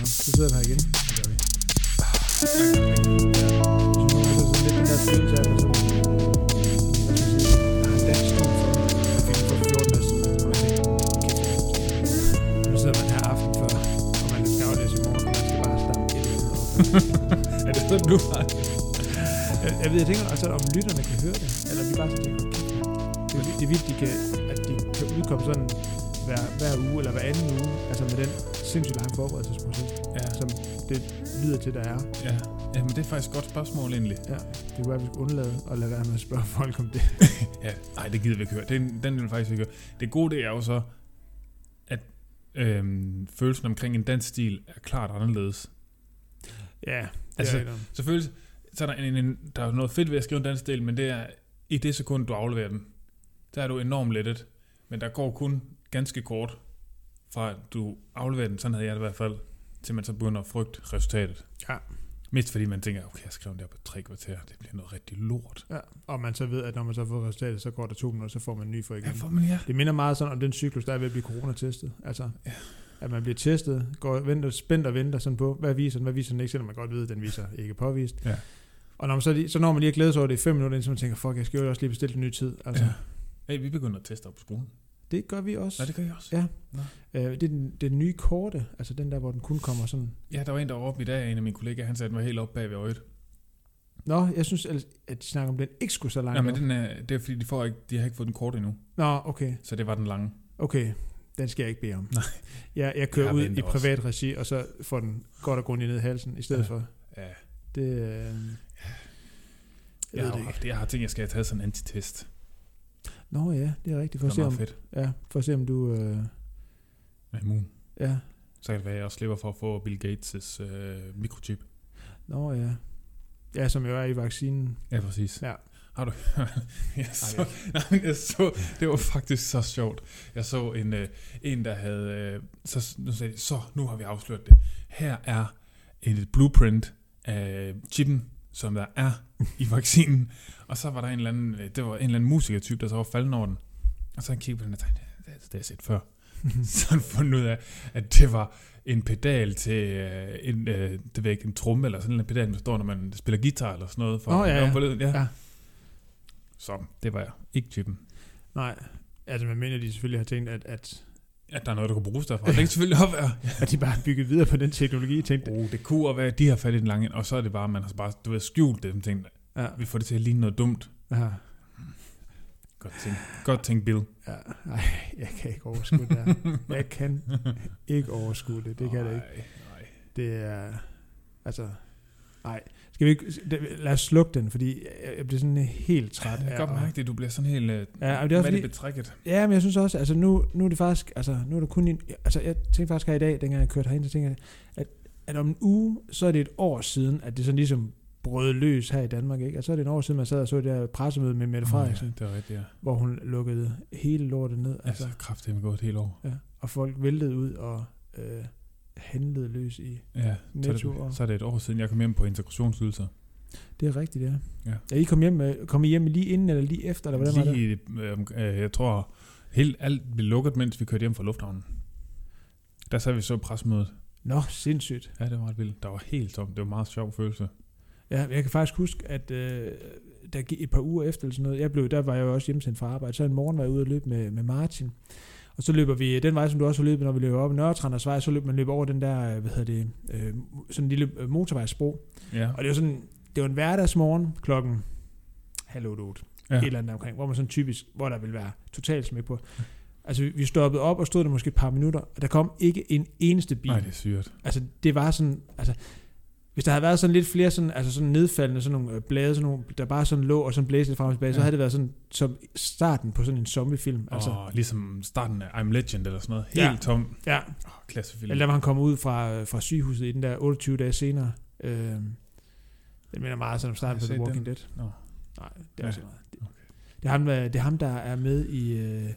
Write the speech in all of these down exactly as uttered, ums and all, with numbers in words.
nu. Så sidder vi her igen. Det gør vi. Ja. Så sådan lidt den der følelse af, at sådan, jeg har en dansk stil for, jeg fik for fjorten år siden, og jeg tænkte, okay, nu sidder man her aften før, og man skal aflæse i morgen, og man skal bare stamme et eller andet op. Er det sådan, du har det? Jeg, jeg ved, jeg tænker altså, om lytterne kan høre det, eller om de bare sådan tænker, okay, det er, det er vildt, de kan, at de kan udkomme sådan hver, hver uge, eller hver anden uge, altså med den sindssygt lange forberedelsesproces, Ja. som det lyder til, der er. Ja. Jamen, det er faktisk et godt spørgsmål, egentlig. Ja, det kunne være, vi skulle undlade at lade være med at spørge folk om det. Ja, nej, det gider vi ikke høre. Den, den vil vi faktisk ikke høre. Det gode, det er jo så, at øhm, følelsen omkring en dansk stil er klart anderledes. Ja, det Altså, er det. Selvfølgelig, så er der, en, en, der er noget fedt ved at skrive en dansk stil, men det er i det sekund, du afleverer den. Der er du enormt lettet, men der går kun ganske kort fra at du afleverer den, sådan havde jeg det i hvert fald, til man så begynder at frygte resultatet. Ja. Mest fordi man tænker, okay, jeg skrev den der på tre kvarter, det bliver noget rigtig lort. Ja, og man så ved, at når man så får resultatet, så går der to minutter, så får man en ny for igen. Ja, for man, ja. Det minder meget sådan om den cyklus, der er ved at blive coronatestet. Altså, Ja. at man bliver testet, går venter, spændt og venter sådan på, hvad viser den, hvad viser den ikke, selvom man godt ved, at den viser ikke påvist. Ja. Og når man så, så når man lige har glædet sig over det i fem minutter, så man tænker, fuck, jeg skal jo også lige bestille en ny tid. Altså, Ja. Hey, vi begynder at teste op på skolen. det gør vi også. Nej, det gør jeg også. Ja. Nå. Øh, det er den, det er den nye korte, altså den der, hvor den kun kommer sådan. Ja, der var en, der var oppe i dag, en af mine kollegaer, han sagde, at den var helt oppe bag ved øjet. Nå, jeg synes, at de snakker om, den ikke skulle så langt. Ja, men op. den er, det er fordi, de, får ikke, de har ikke fået den kort endnu. Nå, okay. Så det var den lange. Okay, den skal jeg ikke bede om. Nej. Jeg, jeg kører Jeg ud venter i privat regi, og så får den godt og grundigt ned i halsen, i stedet Ja. for. Ja. Det, øh, jeg, Jeg, ved har, det ikke. det, jeg har tænkt, jeg skal have taget sådan en antitest. Nå ja, det er rigtigt. For Det at er se, meget om, fedt. ja, for at se om du... Øh, Med immun. ja, Så kan det være, at jeg også slipper for at få Bill Gates' øh, mikrochip. nå ja. Ja, som jo er i vaccinen. Ja, præcis. Ja. Har du... jeg så, nej, men jeg så, det var faktisk så sjovt. Jeg så en, øh, en der havde... Øh, så, nu sagde de, så nu har vi afsløret det. Her er et blueprint af chippen, som der er i vaccinen. Og så var der en eller anden... Det var en eller anden musikertype, der så var falden over den. Og så han kiggede på den og tænkte, det, det har jeg set før. Så han fundet ud af, at det var en pedal til øh, en, øh, det ved ikke, en tromme, eller sådan en pedal, man står, når man spiller guitar eller sådan noget. For Åh, ja, ja. ja. Ja. Så det var jeg. Ikke chippen. Nej, altså man mener, de selvfølgelig har tænkt, at, at, At der er noget, der kunne bruges derfra. Det kan selvfølgelig også være. at de bare har bygget videre på den teknologi, tænkte. Oh, det kunne også være, at de har fat i den lange, og så er det bare, man har bare, du ved, skjult det, og tænkt, Ja. vi får det til at ligne noget dumt. Ja. Godt tænkt. Godt tænkt, Bill. Ja, ej, jeg kan ikke overskue det der. Jeg kan ikke overskue det, det kan jeg da ikke. Nej. Det er, altså, nej. Skal vi ikke, det, lad os slukke den, fordi jeg, jeg bliver sådan helt træt. Jeg kan godt af- mærke det, du bliver sådan helt uh, Ja, men det er også fordi- betrækket. Ja, men jeg synes også, altså nu, nu er det faktisk, altså nu er det kun en, altså jeg tænkte faktisk her i dag, dengang jeg kørte herind, så tænkte jeg, at, at om en uge, så er det et år siden, at det sådan ligesom brød løs her i Danmark, ikke? Altså så er det en år siden, man sad og så det der pressemøde med Mette Frederiksen, Oh, ja, det er rigtigt, ja. hvor hun lukkede hele lortet ned, altså, Altså, kraftigt gået et helt år. ja, og folk væltede ud og øh, handlede løs i. Ja, så er, Netto og- det, så er det et år siden, jeg kom hjem på integrationsydelser. Det er rigtigt, ja. Ja. Er I kom hjem, med, kom I hjem lige inden eller lige efter, eller hvordan var det? Lige, øh, øh, jeg tror, helt alt blev lukket, mens vi kørte hjem fra lufthavnen. Der sad vi så pressemødet. Nå, sindssygt. Ja, det var ret vildt. Der var helt tomt. Det var en meget sjov følelse. Ja, jeg kan faktisk huske, at øh, der gik et par uger efter eller sådan noget, jeg blev, der var jeg jo også hjemsendt fra arbejde, så en morgen var jeg ude og løbe med, med Martin, og så løber vi den vej, som du også har løbet, når vi løber op i Nørretranders vej, så løber man løber over den der, hvad hedder det, øh, sådan en lille motorvejsbro, Ja. og det var sådan, det var en hverdagsmorgen klokken halv otte, otte, Ja. et eller andet omkring, hvor man sådan typisk, hvor der ville være totalt smæk på. Altså, vi- vi stoppede op og stod der måske et par minutter, og der kom ikke en eneste bil. Nej, det er syret. Altså, det var sådan, altså, hvis der havde været sådan lidt flere sådan, altså sådan nedfaldende, sådan nogle øh, blade, sådan nogle, der bare sådan lå og sådan blæste lidt frem og tilbage, ja. Så Ja. havde det været sådan, som starten på sådan en zombiefilm. Altså, Og ligesom starten af I'm Legend eller sådan noget. Helt Ja. tom. ja. Oh, klassefilm. Eller der var han kommet ud fra, øh, fra sygehuset i den der otteogtyve dage senere. Øh, den minder meget sådan om starten på Har jeg The set Walking den? Dead. Nå. Nej, det er Ja. også meget. Det, det, er ham, øh, det er ham, der er med i, øh,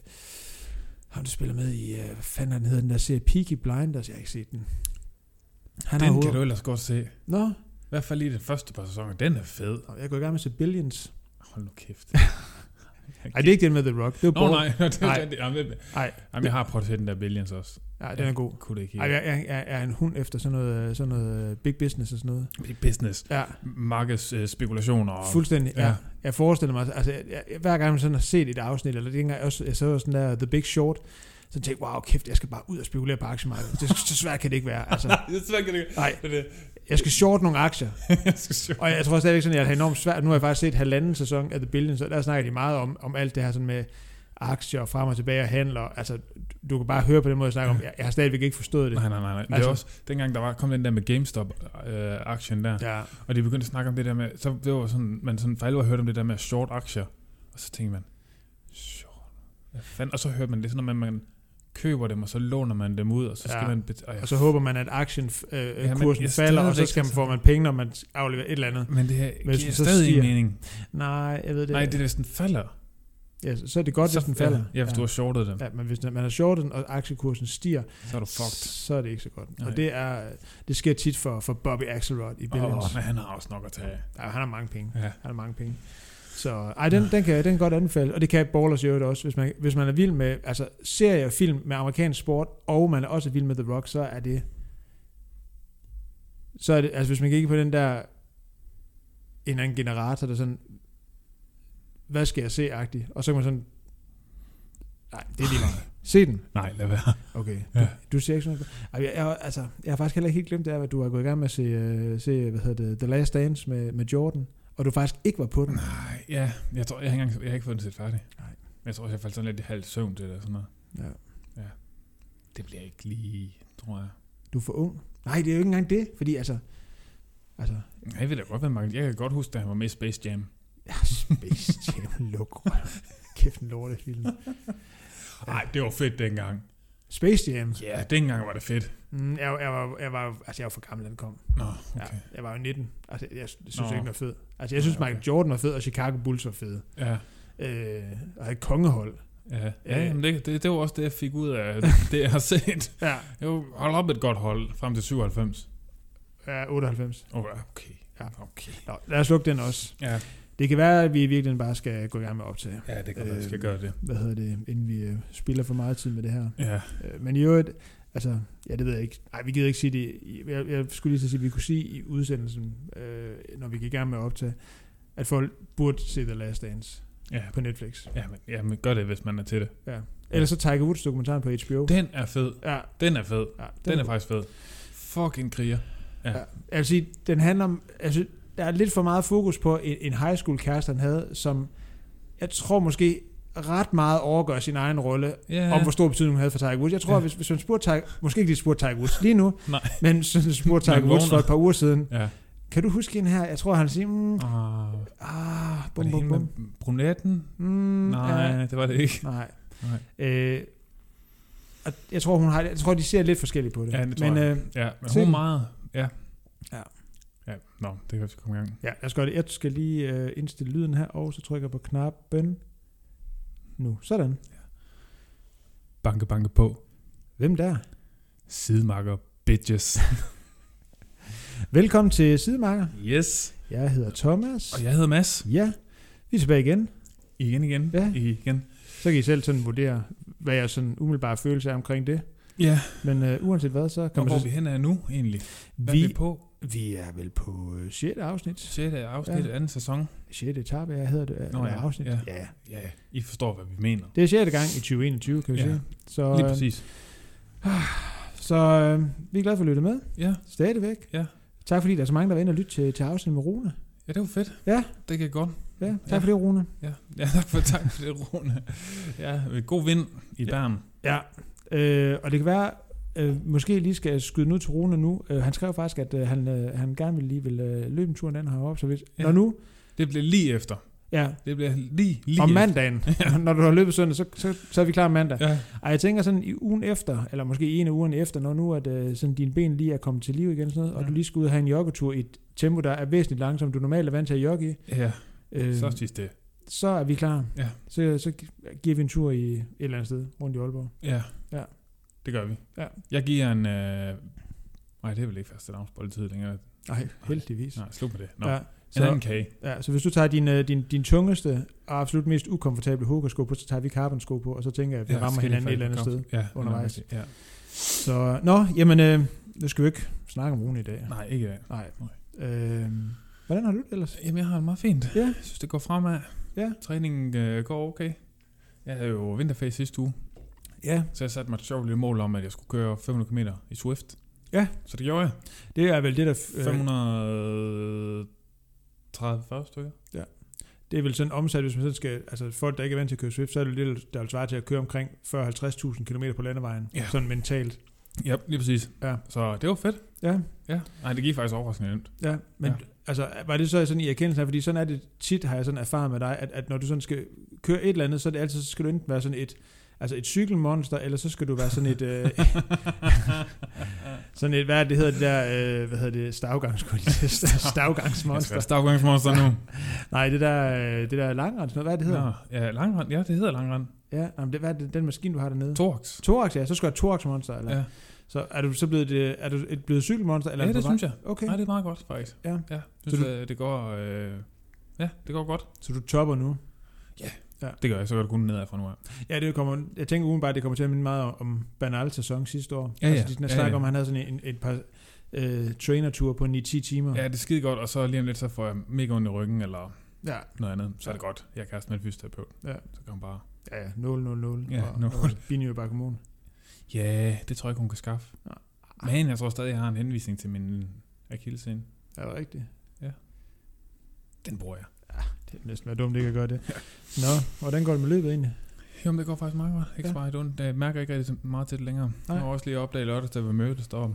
ham der spiller med i, øh, hvad fanden han hedder den der serie, Peaky Blinders, jeg har ikke set den. Han har Den hoved- kan du ellers godt se. Nå, I hvert fald lige den første par sæsoner. Den er fed. jeg går i gang med at se Billions. Hold nu kæft. Ej, det er ikke den med The Rock. Det var Nå Ball. nej, det er Nej. rigtigt. Jamen, det- Nej, Jamen, jeg har prøvet at se den der Billions også. Ja, den er god. Kunne det ikke Ej, jeg, jeg, jeg er en hund efter sådan noget, sådan noget big business og sådan noget. Big business. Ja. Markedsspekulationer. Og, Fuldstændig, ja. ja. Jeg forestiller mig, altså jeg, jeg, hver gang jeg sådan har set et afsnit, eller det engang, jeg, også, jeg så sådan der The Big Short, så tænkte jeg, wow, kæft, jeg skal bare ud og spekulere på aktiemarkedet. Det, så svært kan det ikke være. Altså, Nej, det svært kan det ikke. Nej, det det. Jeg skal short nogle aktier. jeg skal short. Og jeg tror stadigvæk sådan, at jeg har enormt svært. Nu har jeg faktisk set halvanden sæson af The Billion, så der snakker de meget om, om alt det her sådan med aktier frem og tilbage og handler. Altså, du kan bare høre på den måde, jeg snakker om. Jeg, jeg har stadigvæk ikke forstået det. Nej, nej, nej. nej. Det altså, er også, dengang der var, kom den der med GameStop-aktien øh, der, ja. og de begyndte at snakke om det der med, så det var sådan, man sådan for alvor hørte om det der med short aktier, og så tænkte man, short, hvad fanden? Og så hørte man det sådan, at man køber dem, og så låner man dem ud, og så skal ja. man... Bet- og, og så håber man, at aktiekursen øh, ja, falder, og så skal man få man penge, når man afleverer et eller andet. Men det her men giver stadig ingen mening. Nej, jeg ved det. Nej, det er, hvis den falder. Ja, så er det godt, så, hvis den falder. Ja, hvis ja. du har shortet dem. Ja, men hvis man har shortet den, og aktiekursen stiger, så er du fucked. Så er det ikke så godt. Nej. Og det er det sker tit for, for Bobby Axelrod i Billions. Åh, men han har også nok at tage. Ja, han har mange penge. Ja. Han har mange penge. Så ej, den, den, kan, den kan godt anbefale, og det kan Ballers jo også, hvis man, hvis man er vild med altså, serier og film med amerikansk sport, og man er også vild med The Rock, så er det, så er det, altså hvis man kigger på den der, en eller anden generator, der sådan, hvad skal jeg se-agtigt, og så kan man sådan, nej, det er lige meget. Se den. Nej, lad være. Okay, ja. du, du ser ikke sådan noget. Jeg, jeg, altså, jeg har faktisk heller ikke helt glemt det, at du har gået i gang med at se, uh, se hvad hedder det, The Last Dance med, med Jordan, og du faktisk ikke var på den. Nej, ja, jeg tror, jeg har ikke, engang, jeg har ikke fået den set færdig. Nej. Men jeg tror, jeg faldt sådan lidt i halvt søvn til det og sådan noget. Ja. Ja. Det bliver ikke lige, tror jeg. Du er for ung. Nej, det er jo ikke engang det, fordi altså... altså jeg ved da godt, hvad man... Jeg kan godt huske, da han var med i Space Jam. Ja, Space Jam, luk. Kæft en lortefilm. Nej, det var fedt dengang. Space Jam? Ja, yeah, dengang var det fedt. Mm, jeg, jeg, var, jeg, var, altså, jeg var for gammel, da den kom. Nå, okay. Ja, jeg var jo nitten. Altså, jeg, jeg synes Nå. ikke, den var fed. Altså, jeg synes, okay. Michael Jordan var fed, og Chicago Bulls var fede. Ja. Øh, og havde et kongehold. Ja, ja men det, det, det var også det, jeg fik ud af det, jeg har set. Ja. Jeg holdt op et godt hold frem til syvoghalvfems. Ja, otteoghalvfems. Okay, okay. Ja. okay. Nå, lad os lukke den også. Ja. Det kan være, at vi virkelig bare skal gå i gang med optage. Ja, det kan være, øh, skal gøre det. Hvad hedder det, inden vi øh, spilder for meget tid med det her. Ja. Øh, men i øvrigt, altså, ja, det ved jeg ikke. Nej, vi gider ikke sige det. Jeg, jeg skulle lige så sige, at vi kunne sige i udsendelsen, øh, når vi gik i gang med at optage, at folk burde se The Last Dance ja. på Netflix. Ja, men, ja, men gør det, hvis man er til det. Ja. Ellers så Tiger Woods dokumentaren på H B O. Den er fed. Ja. Den er fed. Ja, den, den er, er faktisk fed. Fucking kriger. Ja. Ja. Jeg vil sige, den handler om, altså, der er lidt for meget fokus på en, en high school kæreste, han havde, som jeg tror måske ret meget overgør sin egen rolle, yeah. om hvor stor betydning hun havde for Tiger Woods. Jeg tror, yeah. hvis, hvis man spurgte Tiger, måske ikke de spurgte Tiger Woods lige nu, men så spurgte Tiger Woods for et par uger siden, ja. Kan du huske hende her? Jeg tror, han siger, mm, ah, ah, bum, var det bum, hende bum. med brunetten? Mm, Nej, ja. det var det ikke. Nej. Nej. Øh, jeg tror, hun har, jeg tror, de ser lidt forskelligt på det. Ja, det tror men, jeg. Øh, ja, men hun er meget, ja. Ja. Ja, nå, det kan vi komme i gang. Ja, jeg skal, jeg skal lige øh, indstille lyden her, og så trykker jeg på knappen. Nu, sådan. Ja. Banke, banke på. Hvem der? Sidemarker, bitches. Velkommen til Sidemarker. Yes. Jeg hedder Thomas. Og jeg hedder Mads. Ja, vi er tilbage igen. Igen, igen. Ja. Igen. Så kan I selv sådan vurdere, hvad jeg sådan umiddelbart følelse er omkring det. Ja. Men øh, uanset hvad, så kan man... Hvor så... vi hen er nu, egentlig? Hvad vi... er vi på? Vi er vel på øh, sjette afsnit. sjette afsnit, ja. Anden sæson. sjette etape, jeg hedder det. Nå, ja. Afsnit. Ja. Ja. Ja, I forstår, hvad vi mener. Det er sjette gang i tyve enogtyve, kan vi ja. sige. Så, lige præcis. Øh, så øh, vi er glade for at lytte med. Ja. Stadigvæk. Ja. Tak fordi der er så mange, der var inde og lytte til, til afsnit med Rune. Ja, det var fedt. Ja. Det kan godt. Ja, tak ja. for det, Rune. Ja, ja tak for, tak for det, Rune. Ja, god vind i Bern. Ja, øh, og det kan være, øh, måske lige skal skyde ud til Rune nu. Øh, han skrev faktisk, at øh, han, øh, han gerne vil lige vil, øh, løbe en tur, den heroppe. Så hvis, ja. Når nu... Det bliver lige efter. Ja. Det bliver lige, lige om mandagen, ja. Når du har løbet søndag, så, så, så er vi klar mandag. Ja. Og jeg tænker sådan i ugen efter, eller måske en af ugerne efter, når nu at uh, sådan dine ben lige er kommet til liv igen, sådan noget, ja. Og du lige skal ud og have en joggetur i et tempo, der er væsentligt langsomt, du normalt er vant til at jogge i. Ja, øh, så sidst det. Så er vi klar. Ja. Så, så giver vi en tur i et eller andet sted rundt i Aalborg. Ja, ja. Det gør vi. Ja. Jeg giver en... Øh... Nej, det er vel ikke første dagsboldtid længere. Nej, heldigvis. Nej, slut med det. Nå. Ja. Så, en anden kage. Ja, så hvis du tager din, din, din tungeste og absolut mest ukomfortable hookah-sko på, så tager vi carbon-sko på, og så tænker jeg, at vi ja, rammer hinanden et eller andet sted ja, undervejs. Ja. Så, nå, jamen, øh, nu skal vi ikke snakke om ugen i dag. Nej, ikke i dag. Nej. Øh, hvordan har du det ellers? Jamen, jeg har det meget fint. Ja. Jeg synes, det går fremad. Ja. Træningen øh, går okay. Jeg havde jo vinterferie sidste uge. Ja. Så jeg satte mig et sjovt lille mål om, at jeg skulle køre fem hundrede kilometer i Swift. Ja. Så det gjorde jeg. Det er vel det, der... Øh, fem hundrede tredive fyrre stykker. Ja. Det er vel sådan omsat, hvis man sådan skal... Altså folk, der ikke er vant til at køre Swift, så er det det, der vil svare til at køre omkring fyrre til halvtreds tusind kilometer på landevejen. Ja. Sådan mentalt. Ja, lige præcis. Ja. Så det var fedt. Ja. Ja. Nej, det gik faktisk overraskende nemt. Ja, men Ja. altså, var det så sådan i erkendelsen af, fordi sådan er det tit, har jeg sådan erfaret med dig, at, at når du sådan skal køre et eller andet, så er det altid, så skal du enten være sådan et, altså et cykelmonster, eller så skal du være sådan et, øh, sådan et, hvad er det, det hedder det der, øh, hvad hedder det, stavgangsmonster. Stavgangsmonster. Stavgangsmonster nu. Nej, det der, øh, det der langrand, hvad er det, det hedder? Nå, ja, langrand. Ja, det hedder langrand. Ja, jamen, det, hvad er det, den maskine, du har dernede? Thorax. Thorax, ja, så skal du have Thorax-monster, eller? Ja. Så er du så blevet, det, er du et blevet cykelmonster, eller? Ja, er du det på vej? synes jeg. Okay. Nej, det er meget godt, faktisk. Ja. Ja, jeg Så synes, du- øh, det går, øh, ja, det går godt. Så du topper nu? Det gør jeg, så går det kun nedad fra nu af. Ja, det kommer, jeg tænker udenbart, det kommer til at minde meget om, om Bernals sæson sidste år. Ja, altså, ja. de Ja, snakker ja. om, at han havde sådan en, et par øh, trænerture på ni til ti timer. Ja, det er skide godt, og så lige om lidt, så får jeg mega ondt i ryggen, eller Ja, noget andet. Så er det godt. Jeg er kæreste med en fysioterapeut. Ja. Så kan hun bare... ja, ja, nul nul nul Ja, og, nul. og Binjø Bakumon. Ja, det tror jeg ikke, hun kan skaffe. Ja. Men jeg tror stadig, jeg har en henvisning til min akillescene. Er det rigtigt? Den bruger jeg. Det er næsten være dumt, ikke at gøre det. Nå, hvordan går det med løbet egentlig? Jo, men det går faktisk meget godt. Ikke Ja. så meget ondt. Jeg mærker ikke rigtig så meget til det længere. Nej. Jeg har også lige opdaget i lørdags, da vi mødtes deroppe.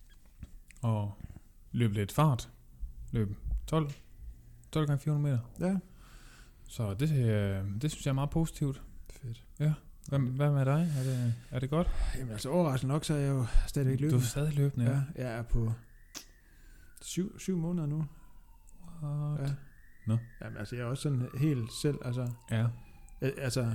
Og løb lidt fart. Løb tolv. tolv gange fire hundrede meter. Ja. Så det, øh, det synes jeg er meget positivt. Fedt. Hvad, hvad med dig? Er det, er det godt? Jamen altså overraskende nok, så er jeg jo stadigvæk Du løbet. er stadig løbende, ja. Ja, jeg er på syv, syv måneder nu. What? Ja. Nå. Jamen altså, jeg er også sådan helt selv, altså... Ja. Øh, altså,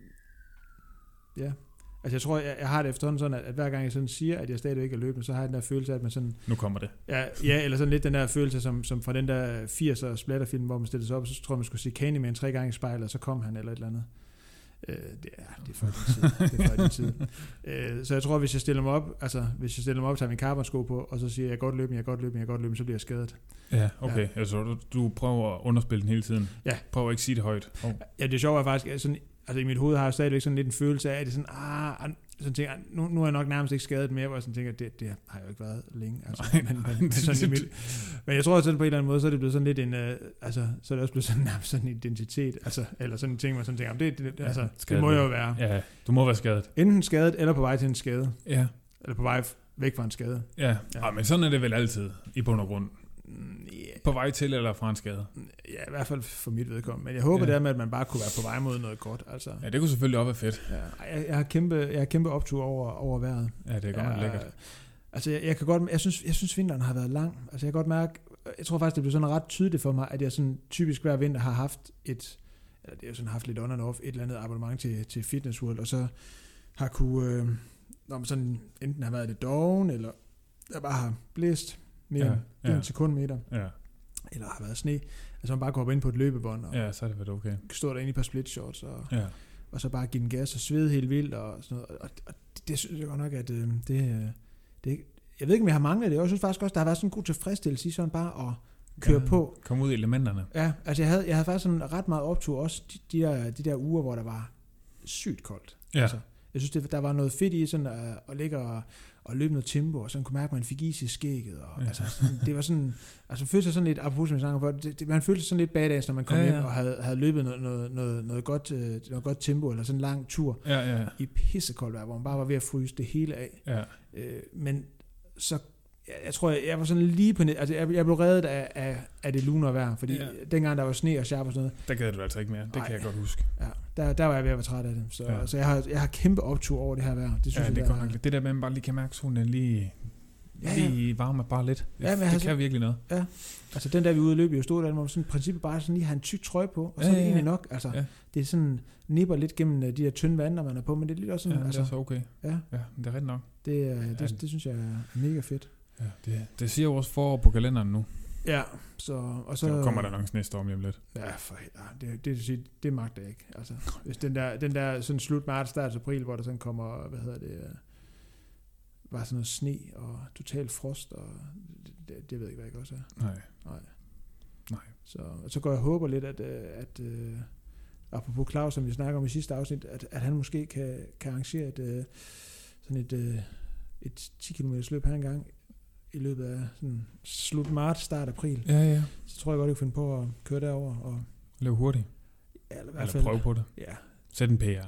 ja. Altså jeg tror, jeg, jeg har det efterhånden sådan, at, at hver gang jeg sådan siger, at jeg stadigvæk er løbende, så har jeg den der følelse af, at man sådan... Nu kommer det. Ja, ja eller sådan lidt den der følelse, som, som fra den der firserne splatterfilm, hvor man stillede sig op, og så tror jeg, man skulle se Candyman tre gange i spejlet, og så kom han eller et eller andet. Øh, det, er, det er før din tid. Det er før din tid. Øh, så jeg tror, hvis jeg stiller mig op, altså hvis jeg stiller mig op, tager min carbonsko på, og så siger jeg, jeg kan godt løbe, jeg kan godt løbe, jeg kan godt løbe, så bliver jeg skadet. Ja, okay. Ja. Ja. Altså, du, du prøver at underspille den hele tiden. Ja. Prøver ikke at sige det højt. Oh. Ja, det sjove er faktisk, at sådan, altså i mit hoved har jeg stadigvæk sådan lidt en følelse af, at det er sådan, ah, ah, sådan tænker, jeg, nu, nu er jeg nok nærmest ikke skadet mere, hvor jeg sådan tænker, det, det har jeg jo ikke været længe. Altså, Nej, men, nej, men, det- sådan i det- mit, men jeg tror også, at på en eller anden måde, så er det blevet sådan lidt en, øh, altså, så er det også blevet sådan nærmest sådan en identitet, altså, eller sådan en ting, man sådan tænker, det, det, det, altså, det skadet. må jeg jo være. Ja, du må være skadet. Enten skadet, eller på vej til en skade, Ja. eller på vej væk fra en skade. Ja. Ja. ja. Ej, men sådan er det vel altid, i bund og grund. Mm, yeah. På vej til eller fra en skade. Ja, i hvert fald for mit vedkommende. Men jeg håber Ja. ja. dermed, at man bare kunne være på vej mod noget godt. Altså, Ja, det kunne selvfølgelig også være fedt. ja, jeg, jeg, har kæmpe, jeg har kæmpe optur over, over vejret. Ja, det er godt nok Ja, lækkert. Altså, jeg, jeg kan godt, jeg synes, jeg synes, vinteren har været lang. Altså, jeg kan godt mærke, jeg tror faktisk, det blev sådan ret tydeligt for mig, at jeg sådan typisk hver vinter har haft et, eller det er jo sådan haft lidt on and off, et eller andet abonnement til, til Fitness World, og så har kunne, øh, når man sådan enten har været lidt doven, eller der bare har blæst mere Ja, end ja. en sekundmeter, Ja. eller har været sne. Altså, man bare går op ind på et løbebånd, og Ja, så er det vel okay. stå derinde i et par split shorts, og, Ja. og så bare give den gas og svede helt vildt, og sådan noget. Og, og det, det synes jeg godt nok, at øh, det, øh, det, jeg ved ikke, om jeg har manglet det. Jeg synes faktisk også, der har været sådan en god tilfredsstillelse i sådan bare at køre Ja, på. Kom ud i elementerne. Ja, altså jeg havde, jeg havde faktisk sådan ret meget optur også de, de, der, de der uger, hvor der var sygt koldt. Ja. Altså, jeg synes, det, der var noget fedt i sådan at, at ligge og, og løbe noget tempo, og sådan kunne mærke, at man fik is i skægget. Og, Ja. altså, sådan, det var sådan, altså man følte sig sådan lidt, apropos som jeg snakker for, det, det, man følte sig sådan lidt badass, når man kom Ja, hjem ja. og havde, havde løbet noget, noget, noget, noget, godt, øh, noget godt tempo, eller sådan en lang tur Ja, ja, i pissekoldt vejr, hvor man bare var ved at fryse det hele af. ja. Øh, men så, jeg, jeg tror, jeg, jeg var sådan lige på net, altså jeg, jeg blev reddet af, af, af det luner vejr, fordi Ja. ja. dengang der var sne og sharp og sådan noget, Der gad du altså ikke mere. Det Nej. kan jeg godt huske. ja, der, der var jeg ved at være træt af det. Så, Ja. ja. så jeg, har, jeg har kæmpe optur over det her vejr. Det synes Ja, jeg, det er der godt nok lidt. Det der med, at man bare lige kan mærke, at solen er lige, Ja, ja. lige varmer bare lidt. Det, Ja, men det altså- kan virkelig noget. Altså den der vi er ude at løbe, jo stod der, hvor man sådan i princippet bare sådan lige har en tyk trøje på, og så Ja, er det ja, ja. egentlig nok. Altså, Ja. det er sådan, nipper lidt gennem øh, de der tynde vandre, man er på, men det er lidt også Ja, sådan, det er altså, så okay. ja, Ja, men det er rigtigt nok. det, øh, det, Ja. det, det synes jeg er mega fedt. Ja, det, det siger jo også forår på kalenderen nu. Ja, så, og så... Så kommer der nok næste år om lige om lidt. Ja, for, ja det, det, det, det magter jeg ikke. Altså, hvis den der, den der sådan slut marts, start april, hvor der sådan kommer, hvad hedder det, var sådan noget sne og total frost, og det, det ved jeg ikke, hvad jeg også er. Nej. Nej. Nej. Så, så går jeg og håber lidt, at, at, at apropos Claus, som vi snakker om i sidste afsnit, at, at han måske kan, kan arrangere et, sådan et, et ti kilometer løb her engang i løbet af sådan slut marts, start april. Ja, ja. Så tror jeg godt, jeg kan finde på at køre derover og løbe hurtigt. Ja, eller, i hvert eller fald, prøve på det. Ja. Sæt en P R.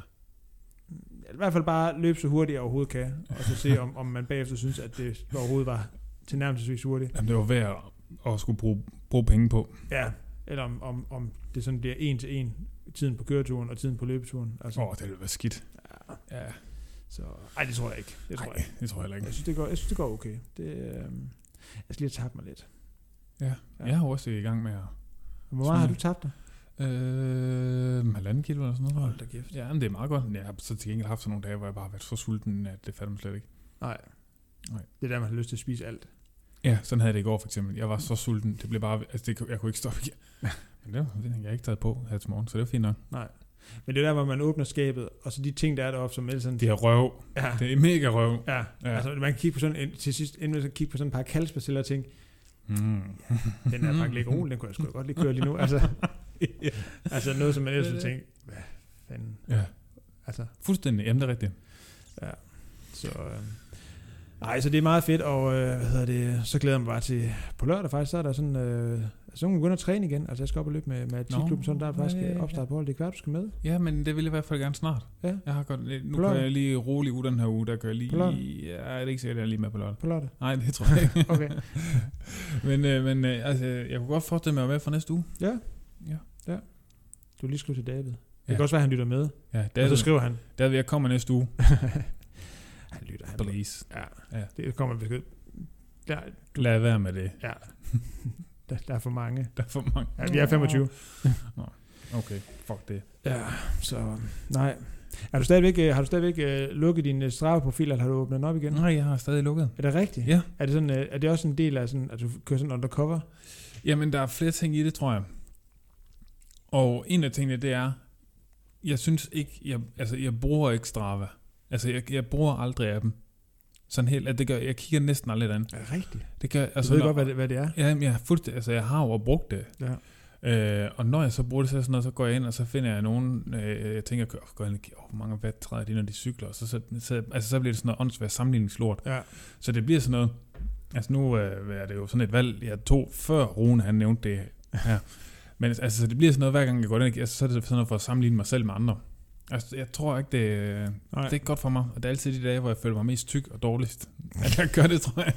I hvert fald bare løbe så hurtigt jeg overhovedet kan, og så se, om, om man bagefter synes, at det overhovedet var tilnærmelsesvis hurtigt. Jamen, det var værd at skulle bruge, bruge penge på. Ja, eller om, om, om det sådan bliver en til en, tiden på køreturen og tiden på løbeturen. Altså. Åh, oh, det ville være skidt. Ja. ja. Så, ej, det tror jeg ikke. Det tror ej, jeg ikke. det tror jeg heller ikke. Jeg synes, det går, jeg synes, det går okay. Det, øh, jeg skal lige tabe mig lidt. Ja, ja. Jeg har også i gang med at... Hvor meget har du tabt dig? Øh, halvanden kilo eller sådan noget. Hold da kæft. Ja, men det er meget godt. Jeg har så til gengæld haft sådan nogle dage, hvor jeg bare har været så sulten, at det falder mig slet ikke. Nej. Nej. Det er der, man har lyst til at spise alt. Ja, sådan havde jeg det i går for eksempel. Jeg var så sulten, det blev bare... Altså, det, jeg kunne ikke stoppe igen. Men det var det, jeg ikke taget på her til morgen, så det var fint nok. Nej. Men det er der, hvor man åbner skabet, og så de ting, der er deroppe, som ellers sådan... Det er røv. Ja. Det er mega røv. Ja. Ja. Altså, man kan kigge på sådan... Til sidst, inden man så kigge på sådan et par kalvsbaciller og tænke, mm. den er faktisk Lækerol, den kunne jeg sgu godt lige køre lige nu. Altså, altså noget, som man ellers ville tænke, hvad fanden? Ja. Altså. Fuldstændig. Jamen, det er rigtigt. Ja. Så... Øh, nej, så det er meget fedt, og øh, hvad hedder det, så glæder jeg mig bare til på lørdag faktisk, så er der sådan, øh, så kan man begynde at træne igen, altså jeg skal op og løbe med, med atletikklubben, sådan der er faktisk ja, ja. opstart på hold, det er klart, du skal med. Ja, men det vil jeg i hvert fald gerne snart. Ja. Jeg har godt, nu kan jeg lige rolig ud den her uge, der gør jeg lige, ja, jeg er ikke sikkert, at jeg er lige med på lørdag. På lørdag? Nej, det tror jeg ikke. Okay. men øh, men øh, altså, jeg kunne godt forestille mig at være med for næste uge. Ja. Ja. Ja. Du lige skrive til David. Det ja. kan også være, han lytter med. Ja, David, og så skriver han. David, jeg kommer næste uge. Han lytter. Han Please. Ja, ja. Det kommer besked. Der, du... Lad være med det. Ja. der, der er for mange. Der er for mange. Ja, vi er femogtyve. Okay, fuck det. Ja, så nej. Er du stadigvæk, har du stadigvæk uh, lukket din Strava-profil, eller har du åbnet den op igen? Nej, jeg har stadig lukket. Er det rigtigt? Ja. Er det, sådan, uh, er det også en del af sådan, at du kører sådan undercover? Jamen, der er flere ting i det, tror jeg. Og en af tingene, det er, jeg synes ikke, jeg, altså jeg bruger ikke Strava. Altså, jeg, jeg bruger aldrig af dem. Sådan helt, at det gør, jeg kigger næsten aldrig den. Er det rigtigt? Det gør, altså, du ved når, godt, hvad det, hvad det er? Ja, jeg, fuldstændig, altså, jeg har jo brugt det. Ja. Øh, og når jeg så bruger det, så, sådan noget, så går jeg ind, og så finder jeg nogen, øh, jeg tænker, oh, går ind, oh, hvor mange watt træder de, når de cykler, og så, så, så, altså, så bliver det sådan noget åndsvært sammenligningslort. Ja. Så det bliver sådan noget, altså nu øh, er det jo sådan et valg, jeg tog før Rune, han nævnte det her. Men altså, så det bliver sådan noget, hver gang jeg går ind, altså, så er det sådan noget for at sammenligne mig selv med andre. Altså, jeg tror ikke, det, det er ikke godt for mig. Og det er altid de dage, hvor jeg føler mig mest tyk og dårligst. At jeg gør det, tror jeg.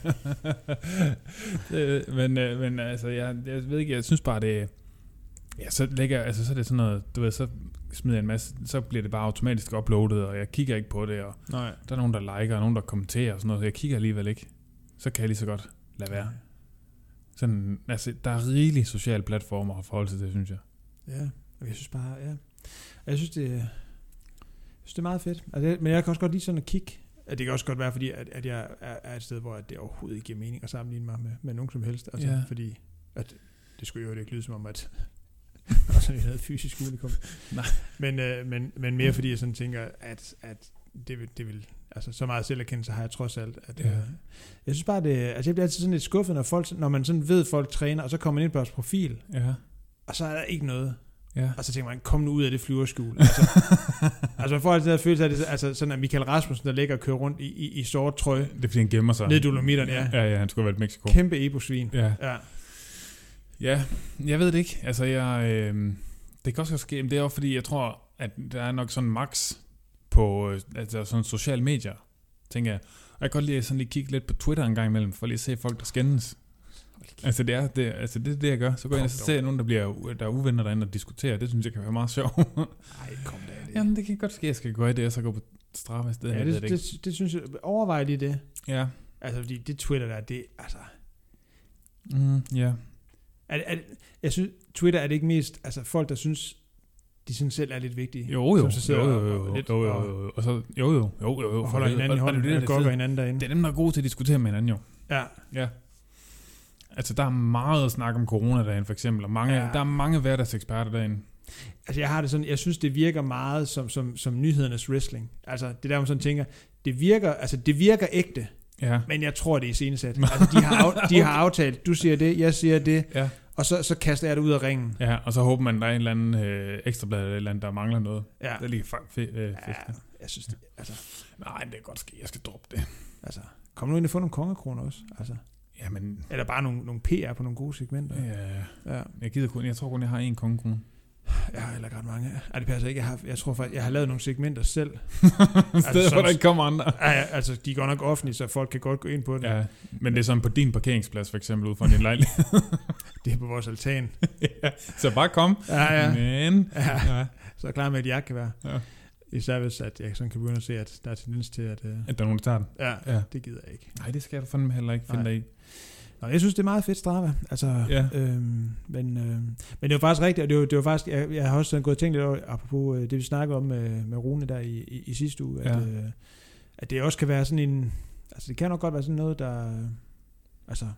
det, men, men altså, jeg, jeg ved ikke, jeg synes bare, det... Ja, så lægger altså, så er det sådan noget, du ved, så smider jeg en masse, så bliver det bare automatisk uploadet, og jeg kigger ikke på det, og Nej. Der er nogen, der liker, og nogen, der kommenterer, og sådan noget, så jeg kigger alligevel ikke. Så kan jeg lige så godt lade være. Sådan, altså, der er rigelige sociale platformer at forholde sig til, synes jeg. Ja, og jeg synes bare, ja. Jeg synes, det, jeg synes, det er meget fedt. Altså, men jeg kan også godt lide sådan at kigge. Det kan også godt være, fordi at, at jeg er, er et sted, hvor det overhovedet ikke giver mening at sammenligne mig med, med nogen som helst. Altså, ja. Fordi at, det skulle jo ikke lyde som om, at også jeg havde fysisk unikum. Nej. Men, øh, men, men mere fordi jeg sådan tænker, at, at det, vil, det vil, altså så meget selverkendelse har jeg trods alt. At, ja. øh, jeg synes bare, det, altså jeg bliver altid sådan lidt skuffet, når, folk, når man sådan ved, at folk træner, og så kommer man ind på deres profil, ja. og så er der ikke noget. Ja. Og så tænker man, kom nu ud af det flyverskjul. Altså, altså man får altid den følelse af, det, altså sådan at Michael Rasmussen, der ligger og kører rundt i, i, i sort trøje. Det er fordi, han gemmer sig. Ned i Dolomitterne, ja. Ja, ja, han skulle have været i Mexico. Kæmpe ebosvin. Ja. Ja. Ja, jeg ved det ikke. Altså, jeg, øh, det kan også ske, men det er også fordi, jeg tror, at der er nok sådan max på øh, altså sådan sociale medier, tænker jeg. Og jeg kan godt lide sådan lige kigge lidt på Twitter en gang imellem, for lige at se folk, der skændes. Altså det er det, altså det, er det jeg gør. Så går jeg ind og så ser jeg nogen, der bliver der er uvenner derinde og diskuterer. Det synes jeg kan være meget sjovt. Nej, kom da det. Jamen det kan godt ske, jeg skal gå i det, og så gå på Strava i stedet. Ja, det, det, det, det synes jeg, overvej lige det. Ja. Altså fordi det Twitter der, det altså... Mm, ja. Er, er, jeg synes, Twitter er det ikke mest, altså folk, der synes, de synes selv er lidt vigtige. Jo, jo. Så sidder jo, jo, jo, og, lidt, jo, jo, jo, og så, jo, jo, jo, jo, jo. Og holder hinanden i hånden, og, og, og gokker hinanden derinde. Det er dem, der er gode til at diskutere med hinanden, jo. Ja. Ja. Altså, der er meget snak om corona derinde, for eksempel, og mange, ja. Der er mange hverdagseksperter derinde. Altså, jeg har det sådan, jeg synes, det virker meget som, som, som nyhedernes wrestling. Altså, det der, man sådan tænker, det virker, altså, det virker ægte. Ja. Men jeg tror, det er iscenesat. Altså, de har, af, de har aftalt, du siger det, jeg siger det, ja. og så, så kaster jeg det ud af ringen. Ja, og så håber man, der er en eller anden øh, ekstrablad eller, eller andet, der mangler noget. Ja. Det er lige f- f- øh, ja, jeg synes det, altså. Nej, det er godt ske, jeg skal droppe det. Altså, kom nu ind og få nogle kongekroner også. Altså. Jamen. Eller bare nogle, nogle P R på nogle gode segmenter. Ja, ja. Jeg gider kun, jeg tror kun, jeg har én kongekrone. Jeg har heller ret mange. Ej, det passer ikke. Jeg, har, jeg tror faktisk, jeg har lavet nogle segmenter selv. altså, hvor der ikke kommer andre. Ja, ja, altså, de går nok offentlige, så folk kan godt gå ind på det. Ja, men det er sådan på din parkeringsplads, for eksempel, ud fra din lejlighed. Det er på vores altan. ja, så bare kom. Ja, ja. Men. Ja, ja. Så er klar med, at jeg kan være. Ja. Især hvis at jeg sådan kan begynde at se, at der er tendens til, at... Uh... At der er nogen, der tager den. Ja, ja, det gider jeg ikke. Nej, det skal du fandme heller ikke finde dig i. Nå, jeg synes, det er meget fedt Strava. Altså, ja. øhm, men, øhm, men det var faktisk rigtigt, og det var, det var faktisk, jeg, jeg har også sådan gået og tænkt lidt over, apropos det, vi snakkede om med, med Rune der i, i, i sidste uge, at, ja. øh, at det også kan være sådan en, altså det kan nok godt være sådan noget, der, altså,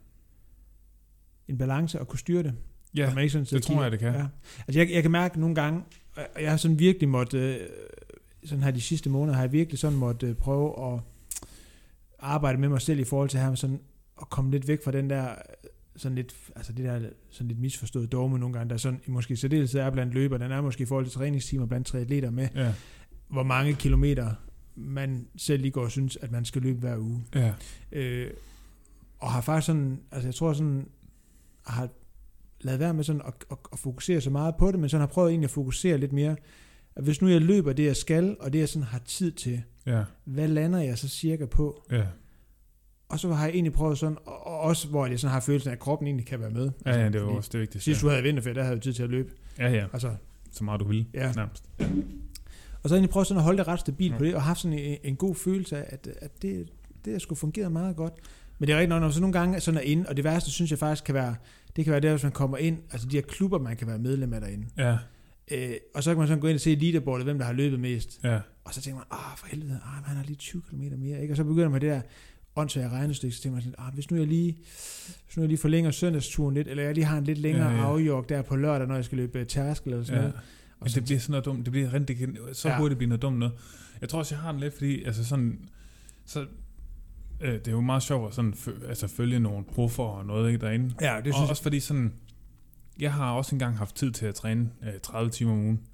en balance at kunne styre det. Ja, man ikke sådan, det tror jeg, det kan. Ja. Altså, jeg, jeg kan mærke nogle gange, og jeg har sådan virkelig måtte, sådan her de sidste måneder, har jeg virkelig sådan måtte prøve at arbejde med mig selv i forhold til her, sådan at komme lidt væk fra den der sådan lidt, altså det der sådan lidt misforstået dogme nogle gange, der sådan måske særdeleshed er blandt løber, den er måske i forhold til træningstimer blandt triatleter med, ja. hvor mange kilometer man selv lige går og synes, at man skal løbe hver uge. Ja. Øh, og har faktisk sådan, altså jeg tror sådan, har lavet være med sådan at, at, at fokusere så meget på det, men sådan har prøvet egentlig at fokusere lidt mere, at hvis nu jeg løber det jeg skal, og det jeg sådan har tid til, ja. hvad lander jeg så cirka på? Ja. Og så har jeg egentlig prøvet sådan, og også hvor jeg sådan har følelsen af, at kroppen egentlig kan være med. Ja, ja, det var også det vigtigste. Sidst du havde vinterferie, der havde jeg tid til at løbe. Ja, ja. Altså, så meget du ville, ja. nærmest. Ja. Og så egentlig prøvet sådan at holde det ret stabilt ja. på det, og haft sådan en, en god følelse af, at, at det, det har sgu fungeret meget godt. Men det er rigtigt nok, når man så nogle gange sådan er inde, og det værste, synes jeg faktisk kan være, det kan være det, hvis man kommer ind, altså de her klubber, man kan være medlem af derinde. Ja. Øh, og så kan man sådan gå ind og se leaderboardet, hvem der har løbet mest. Ja. Og så tænker man, ah for helvede, ah, han har lige tyve kilometer mere, ikke? Og så begynder man det der åndssvage regnestykke, så tænker man sådan, ah, hvis nu jeg lige, hvis nu jeg lige forlænger søndagsturen lidt, eller jeg lige har en lidt længere ja, ja. afjog der på lørdag, når jeg skal løbe tærskel eller sådan ja. noget. Og det bliver sådan noget dumt, det bliver rent, det kan, så ja. hurtigt bliver noget dumt noget. Jeg tror også, jeg har den lidt, fordi, altså sådan, så, øh, det er jo meget sjovt at sådan, altså følge nogle profer og noget, ikke, derinde. Ja, det synes og også fordi sådan, jeg har også engang haft tid til at træne øh, tredive timer om ugen.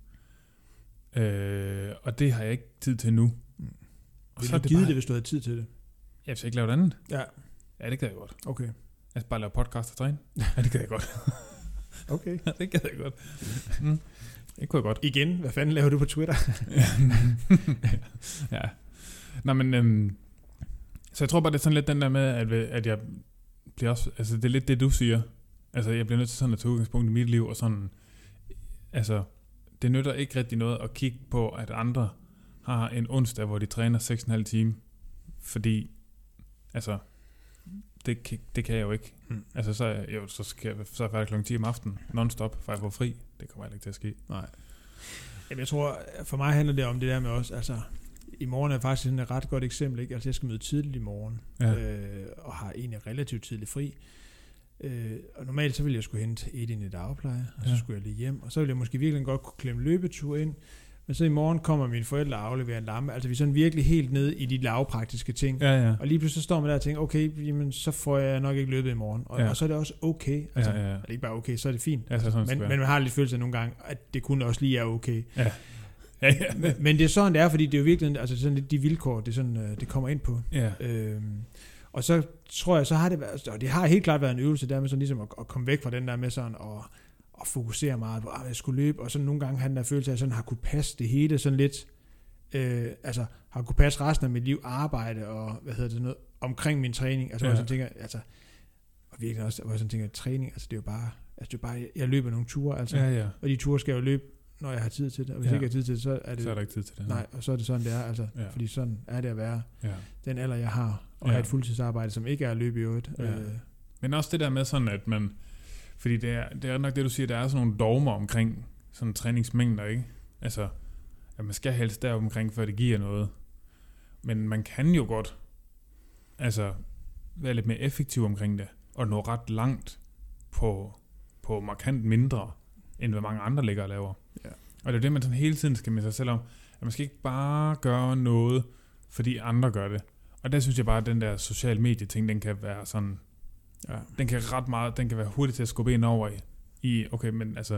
Øh, og det har jeg ikke tid til nu. Mm. Og så er det givet bare det, hvis du havde tid til det. Ja, hvis jeg ikke lavet andet. Ja. Ja, det kan jeg godt. Okay. Jeg skal bare lave podcast og træne. Ja, det kan jeg godt. Okay. Ja, det kan jeg godt. Mm. Det kunne jeg godt. Igen, hvad fanden laver du på Twitter? ja. Nå, men øhm, så jeg tror bare, det er sådan lidt den der med, at, at jeg bliver også, altså det er lidt det, du siger. Altså, jeg bliver nødt til sådan at tage udgangspunkt i mit liv, og sådan, altså, det nytter ikke rigtig noget at kigge på, at andre har en onsdag, hvor de træner seks og en halv time, fordi, altså, det, det kan jeg jo ikke. Mm. Altså, så, jo, så, skal jeg, så er jeg færdig klokken ti om aftenen, non-stop, for jeg får fri. Det kommer heller ikke til at ske. Nej. Jamen, jeg tror, for mig handler det om det der med også, altså, i morgen er faktisk sådan et ret godt eksempel, ikke? Altså, jeg skal møde tidligt i morgen, ja. øh, og har egentlig relativt tidligt fri. Øh, og normalt så ville jeg skulle hente et ind i dagpleje, og så ja. skulle jeg lige hjem, og så ville jeg måske virkelig godt kunne klemme løbetur ind, men så i morgen kommer mine forældre og afleverer en lampe, altså vi er sådan virkelig helt nede i de lavpraktiske ting, ja, ja. og lige pludselig så står man der og tænker, okay, jamen, så får jeg nok ikke løbet i morgen, og, ja. og så er det også okay, altså, ja, ja, ja. Det er ikke bare okay, så er det fint, ja, så sådan, men, men man har lidt følelse af nogle gange, at det kun også lige er okay. Ja. Ja, ja. men, men det er sådan, det er, fordi det er jo virkelig, altså sådan lidt de vilkår, det, sådan, det kommer ind på. Ja. Øhm, Og så tror jeg, så har det været, og det har helt klart været en øvelse der med sådan ligesom at, at komme væk fra den der med sådan og, og fokusere meget på, at jeg skulle løbe, og så nogle gange har den der følelse af, at jeg sådan har kunne passe det hele sådan lidt, øh, altså har kunne passe resten af mit liv, arbejde og, hvad hedder det, noget, omkring min træning, altså ja. hvor jeg sådan tænker, altså, og virkelig også, hvor jeg sådan tænker, træning, altså det er jo bare, altså det er bare, jeg løber nogle ture, altså, ja, ja. og de ture skal jeg jo løbe, når jeg har tid til det, og hvis ja. ikke jeg har tid til det, så er det, så er der ikke tid til det. Nej, og så er det sådan, det er, altså, ja. fordi sådan er det at være, ja. den alder jeg har, og ja. have et fuldtidsarbejde, som ikke er at løbe i øvrigt. Ja. Øh. Men også det der med sådan, at man, fordi det er, det er nok det, du siger, der er sådan nogle dogmer omkring sådan træningsmængder, ikke? Altså, at man skal helst der omkring, før det giver noget. Men man kan jo godt, altså, være lidt mere effektiv omkring det, og nå ret langt på, på markant mindre, end hvad mange andre ligger og laver. Ja. Og det er det, man sådan hele tiden skal med sig selv om, at man skal ikke bare gøre noget, fordi andre gør det. Og der synes jeg bare, at den der social medie-ting, den kan være sådan... Ja. Den kan ret meget... Den kan være hurtigt til at skubbe ind over i... i okay, men altså...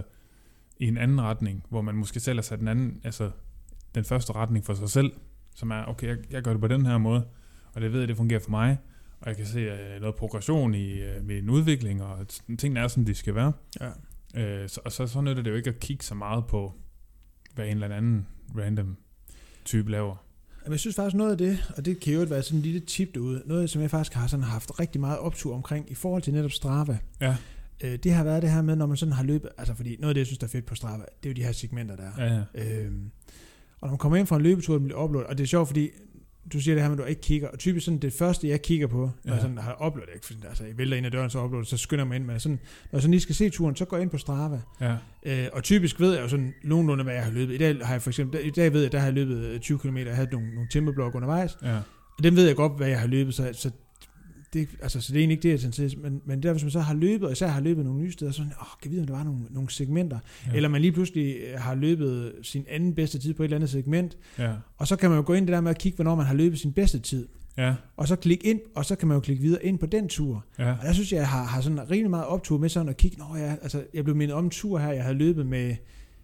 I en anden retning, hvor man måske selv har sat den anden... Altså, den første retning for sig selv, som er, okay, jeg, jeg gør det på den her måde, og det ved jeg, det fungerer for mig, og jeg kan se uh, noget progression i uh, min udvikling, og tingene er, som de skal være. Ja. Uh, så, og så, så nytter det jo ikke at kigge så meget på, hvad en eller anden random type laver. Men jeg synes faktisk noget af det, og det kan jo være sådan en lille tip derude, noget som jeg faktisk har sådan haft rigtig meget optur omkring, i forhold til netop Strava. Ja. Øh, det har været det her med, når man sådan har løbet, altså fordi noget af det, jeg synes, der er fedt på Strava, det er jo de her segmenter, der er. Ja, ja. Øhm, og når man kommer ind fra en løbetur, den bliver uploadet, og det er sjovt, fordi du siger det her med, at du ikke kigger, og typisk sådan det første, jeg kigger på, når ja. jeg sådan har uploadet, ikke, fordi, altså jeg vælter ind ad døren, så uploader, så skynder jeg mig ind, men sådan, når jeg sådan lige skal se turen, så går jeg ind på Strava. Ja. Øh, og typisk ved jeg jo sådan nogenlunde, hvad jeg har løbet. I dag har jeg for eksempel, i dag ved jeg, der har jeg løbet tyve kilometer, jeg havde nogle, nogle timberblok undervejs, Ja. og dem ved jeg godt, hvad jeg har løbet, så, så det, altså, så det er egentlig ikke det, jeg tænker til, men, men der, hvis man så har løbet, og især har løbet nogle nye steder, så sådan, åh, kan vi vide, om der var nogle, nogle segmenter, ja. Eller man lige pludselig har løbet sin anden bedste tid på et eller andet segment, Ja. og så kan man jo gå ind det der med at kigge, hvornår man har løbet sin bedste tid, Ja. og så klikke ind, og så kan man jo klikke videre ind på den tur, Ja. og der synes jeg, jeg har, har sådan rigtig meget optur med sådan at kigge, nå ja, altså, jeg blev mindet om en tur her, jeg havde løbet med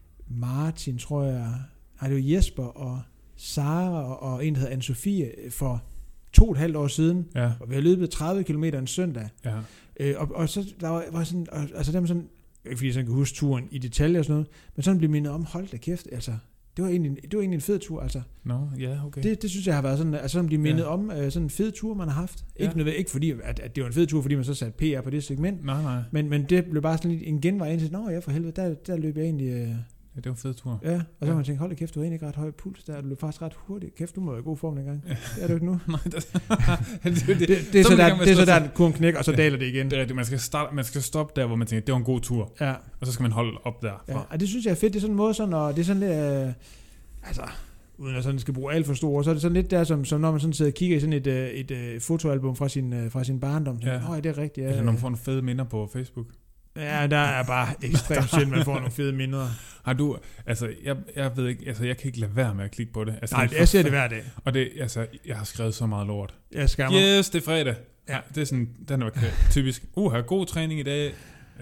Martin, tror jeg, nej, det var Jesper, og Sara, og, og en, der hedder Anne-Sophie, for to og et halvt år siden, Ja. og vi har løbet tredive kilometer en søndag. Ja. Øh, og, og så der var, var sådan, og, altså dem sådan, ikke fordi jeg sådan kan huske turen i detaljer og sådan noget, men sådan blev mindet om, hold da kæft, altså, det var egentlig, det var egentlig en fed tur, altså. Nå, no, ja, okay. Det, det synes jeg har været sådan, altså sådan blive mindet Ja. om, øh, sådan en fed tur, man har haft. Ja. Ikke, nødvendigt, ikke fordi, at, at det var en fed tur, fordi man så satte P R på det segment, Nej, nej. men, men det blev bare sådan lidt en genvej ind til, nå ja, for helvede, der, der løb jeg egentlig... Øh, Ja, det var en fed tur. ja, og så Ja. kan man tænke, hold da kæft, du har egentlig ikke ret høj puls der, du løb faktisk ret hurtigt. Kæft, du må være i god form dengang. Ja. Det er du ikke nu. Nej, det, det, det, det, det, er så der, det er så der, den kurven knækker, og så Ja. daler det igen. det er rigtigt. Man skal, starte, man skal stoppe der, hvor man tænker, det var en god tur. Ja. Og så skal man holde op der. Ja, og det synes jeg er fedt. Det er sådan en måde, sådan, og det er sådan lidt, øh, altså, uden at sådan skal bruge alt for store, så er det sådan lidt der, som, som når man sådan sidder og kigger i sådan et, øh, et, et fotoalbum fra sin, øh, fra sin barndom. Så, Ja. Nå, ja, det er rigtigt. Ja, Eller når man får nogle fede minder på Facebook. ja, der er bare ekstremt sjældent, man får nogle fede minder. Har du, altså, jeg, jeg ved ikke, altså, jeg kan ikke lade være med at klikke på det. Altså, Nej, det er jeg ser for- det hver dag. Og det, altså, jeg har skrevet så meget lort. Jeg skammer. Yes, det er fredag. Ja. Det er sådan, den er k- typisk. Uh, har god træning i dag.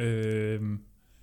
Øhm,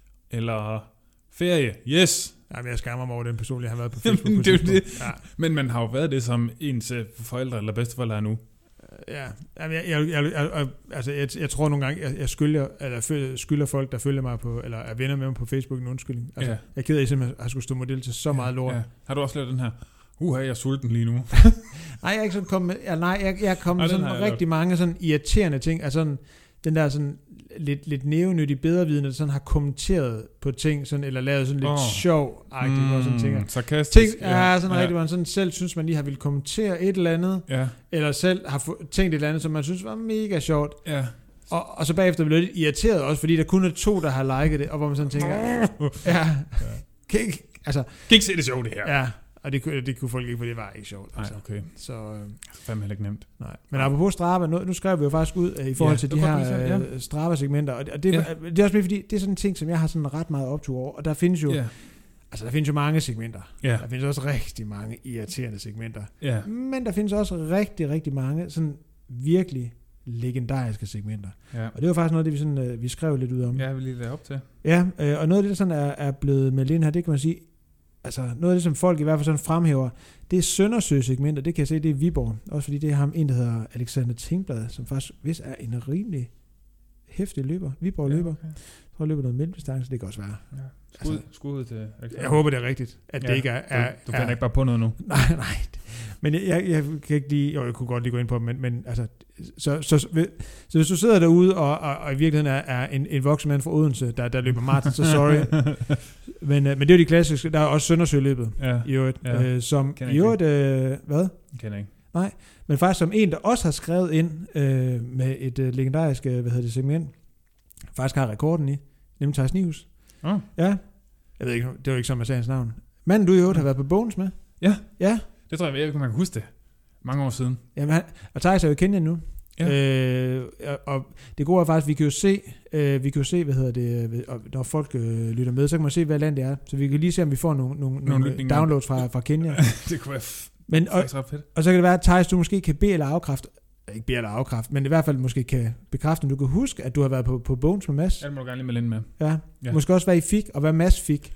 eller ferie. Yes. Jamen, jeg skammer mig over den person, jeg har været på Facebook. Jamen, på det er jo tidspunkt. det. Ja. Men man har jo været det, som ens øh, forældre eller bedsteforældre er nu. Ja, Jamen, jeg, jeg, jeg, jeg, jeg, altså jeg, jeg tror nogle gange, jeg, jeg skylder, eller føl- skylder folk, der følger mig på, eller er venner med mig på Facebook, en undskyldning. Altså, Ja. jeg er ked af, at jeg simpelthen har skulle stå model til så meget lort. Ja. Har du også lavet den her? Uha, jeg er sulten lige nu. Nej, jeg er ikke sådan kommet med, ja, nej, jeg, jeg er kommet Ej, med den sådan har jeg rigtig mange sådan irriterende ting, altså sådan, den der sådan lidt, lidt nævenyttige bedrevidende, der sådan har kommenteret på ting, sådan, eller lavet sådan lidt Åh. sjov-agtigt, hvor sådan tænker, sarkastisk. ting, ja, sådan rigtig, hvor man sådan selv synes, man lige har ville kommentere et eller andet, Ja, eller selv har få- tænkt et eller andet, som man synes var mega sjovt, ja. og, og så bagefter bliver lidt irriteret også, fordi der kun er to, der har liket det, og hvor man sådan tænker, ja, kan ikke, altså, Kan ikke se det sjovt, det her. ja, og det, kunne- det kunne folk ikke, for det var ikke sjovt. Nej, Altså. okay. Så, øh, Fandme heller ikke nemt. nej. Men apropos Strava, nu, nu skrev vi jo faktisk ud øh, i forhold Ja, til det de var godt, her lige så- øh, Strava-segmenter, og, det, og det, Ja. ja. det er også mere, fordi det er sådan en ting, som jeg har sådan ret meget optur over, og der findes jo, Ja, altså der findes jo mange segmenter. ja, Der findes også rigtig mange irriterende segmenter. ja. Men der findes også rigtig, rigtig mange sådan virkelig legendariske segmenter. Ja, Og det var faktisk noget af det, vi, sådan, øh, vi skrev lidt ud om. jeg vil lige lade op til. Ja, øh, og noget af det, der sådan er, er blevet meldt ind her, det kan man sige, altså noget af det, som folk i hvert fald sådan fremhæver, det er Søndersø-segmenter, det kan jeg se, det er Viborg. Også fordi det er ham, en der hedder Alexander Tingblad, som faktisk vist er en rimelig hæftig løber. Viborg løber. Ja, okay. Jeg tror, jeg løber noget mellemdistance, det kan også være. Ja. Skud, Altså, skud til Alexander. Jeg håber, det er rigtigt, at ja, det ikke er... er Du, du finder er, ikke bare på noget nu. Nej, nej. Men jeg, jeg, jeg kan ikke lige... Jo, jeg kunne godt lige gå ind på det, men, men altså... Så, så, så, så hvis du sidder derude, og, og, og i virkeligheden er, er en, en voksen mand fra Odense, der, der løber Martin, så sorry. men, øh, men det er jo de klassiske. Der er også Søndersø-løbet, Ja, i øvrigt. Ja. Øh, som Kender i ikke øvrigt... Øh, hvad? kender ikke. Men faktisk som en, der også har skrevet ind øh, med et øh, legendarisk, øh, hvad hedder det, segment, faktisk har rekorden i, nemlig Thijs Nihus. Oh. Ja. Jeg ved ikke, det var ikke som jeg sagde hans navn. Manden, du i øvrigt har været på Bones med. Ja. Ja. Det tror jeg, jeg ved ikke, om man kan huske det. Mange år siden. Jamen, han, og Thijs er jo kendt nu. Ja. Øh, og det gode er faktisk, vi kan jo se, øh, vi kan jo se, hvad hedder det, øh, og når folk øh, lytter med, så kan man se, hvad land det er. Så vi kan lige se, om vi får nogle, nogle, nogle lytninger. downloads fra, fra Kenya. det kunne være f- Men, og, og så kan det være, at Thijs, du måske kan bede eller afkræfte, ikke bede eller afkræfte, men i hvert fald måske kan bekræfte, at du kan huske, at du har været på, på Bones med Mads. Ja, det må du gerne lige melde ind med. Ja. ja, måske også hvad I fik, og hvad Mads fik.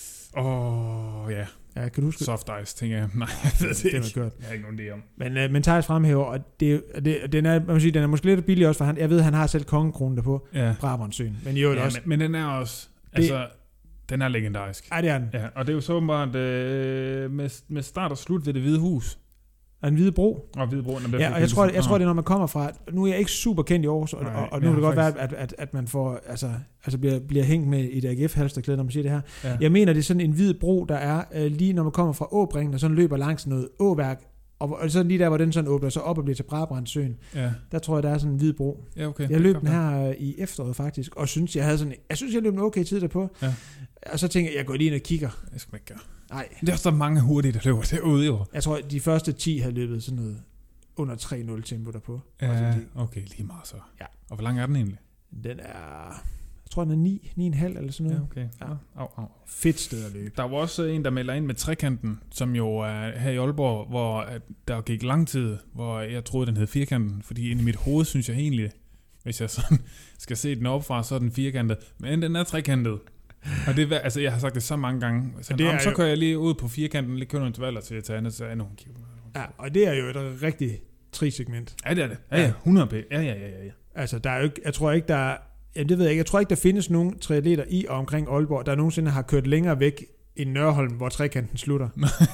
Åh, oh, ja. Ja, kan du huske? Soft ice, tænker jeg. Nej, jeg ved det, det ikke. Godt. Jeg har ikke nogen idé om. Men, øh, men Thijs fremhæver, og det, det, den, er, man må sige, den er måske lidt billig også, for han, jeg ved, han har selv kongekronen derpå. Ja. Brabrandsøen. Men, jo, ja, også, men, men den er også, det, altså, den er legendarisk. Ja, det er den. Ja, og det er jo så åbenbart øh, med, med start og slut ved Det Hvide Hus. Og en Hvide Bro. Og Hvide Bro. Ja, og jeg tror, jeg, jeg tror, det er, når man kommer fra... Nu er jeg ikke super kendt i Aarhus, og, Nej, og, og nu kan det godt faktisk være, at, at, at man får, altså, altså bliver, bliver hængt med i et A G F-halsterklæde, når man siger det her. Ja. Jeg mener, det er sådan en hvid bro, der er øh, lige når man kommer fra Åbringen, og sådan løber langs noget åværk, og, og så lige der, hvor den sådan åbner sig op og bliver til Brabrandsøen. Ja. Der tror jeg, der er sådan en hvid bro. Ja, okay. Jeg løb den her øh, i efteråret faktisk, og synes, jeg havde sådan... Jeg synes, jeg løb en okay tid derpå. Ja. Og så tænker jeg, jeg går lige ind og kigger. Jeg skal ikke gøre. Nej. Det er også der mange hurtige, der løber derude jo. Jeg tror, de første ti havde løbet sådan noget under tre nul tempo derpå. Ja, okay, lige meget så. Ja. Og hvor lang er den egentlig? Den er, jeg tror, den er ni, ni komma fem eller sådan noget. Ja, okay. Ja. Au, au. Fedt sted at løbe. Der var også en, der melder ind med trekanten, som jo er her i Aalborg, hvor der gik lang tid, hvor jeg troede, den hed firkanten, fordi inde i mit hoved, synes jeg egentlig, hvis jeg sådan skal se den opfra, så er den firkantet. Men den er trekantet. Og det, altså, jeg har sagt det så mange gange. Så, det er så kører jo... jeg lige ud på firkanten, lige kører nogle intervaller til at tage andet, så er nogen kigger. Ja, og det er jo et rigtig tri-segment. Ja, det er det. Ja, ja, hundrede p. Ja, ja, ja, ja. Altså, der er jo ikke, jeg tror ikke, der er, jamen, det ved jeg ikke, jeg tror ikke, der findes nogen triatleter i og omkring Aalborg, der nogensinde har kørt længere væk i Nørholm, hvor trekanten slutter.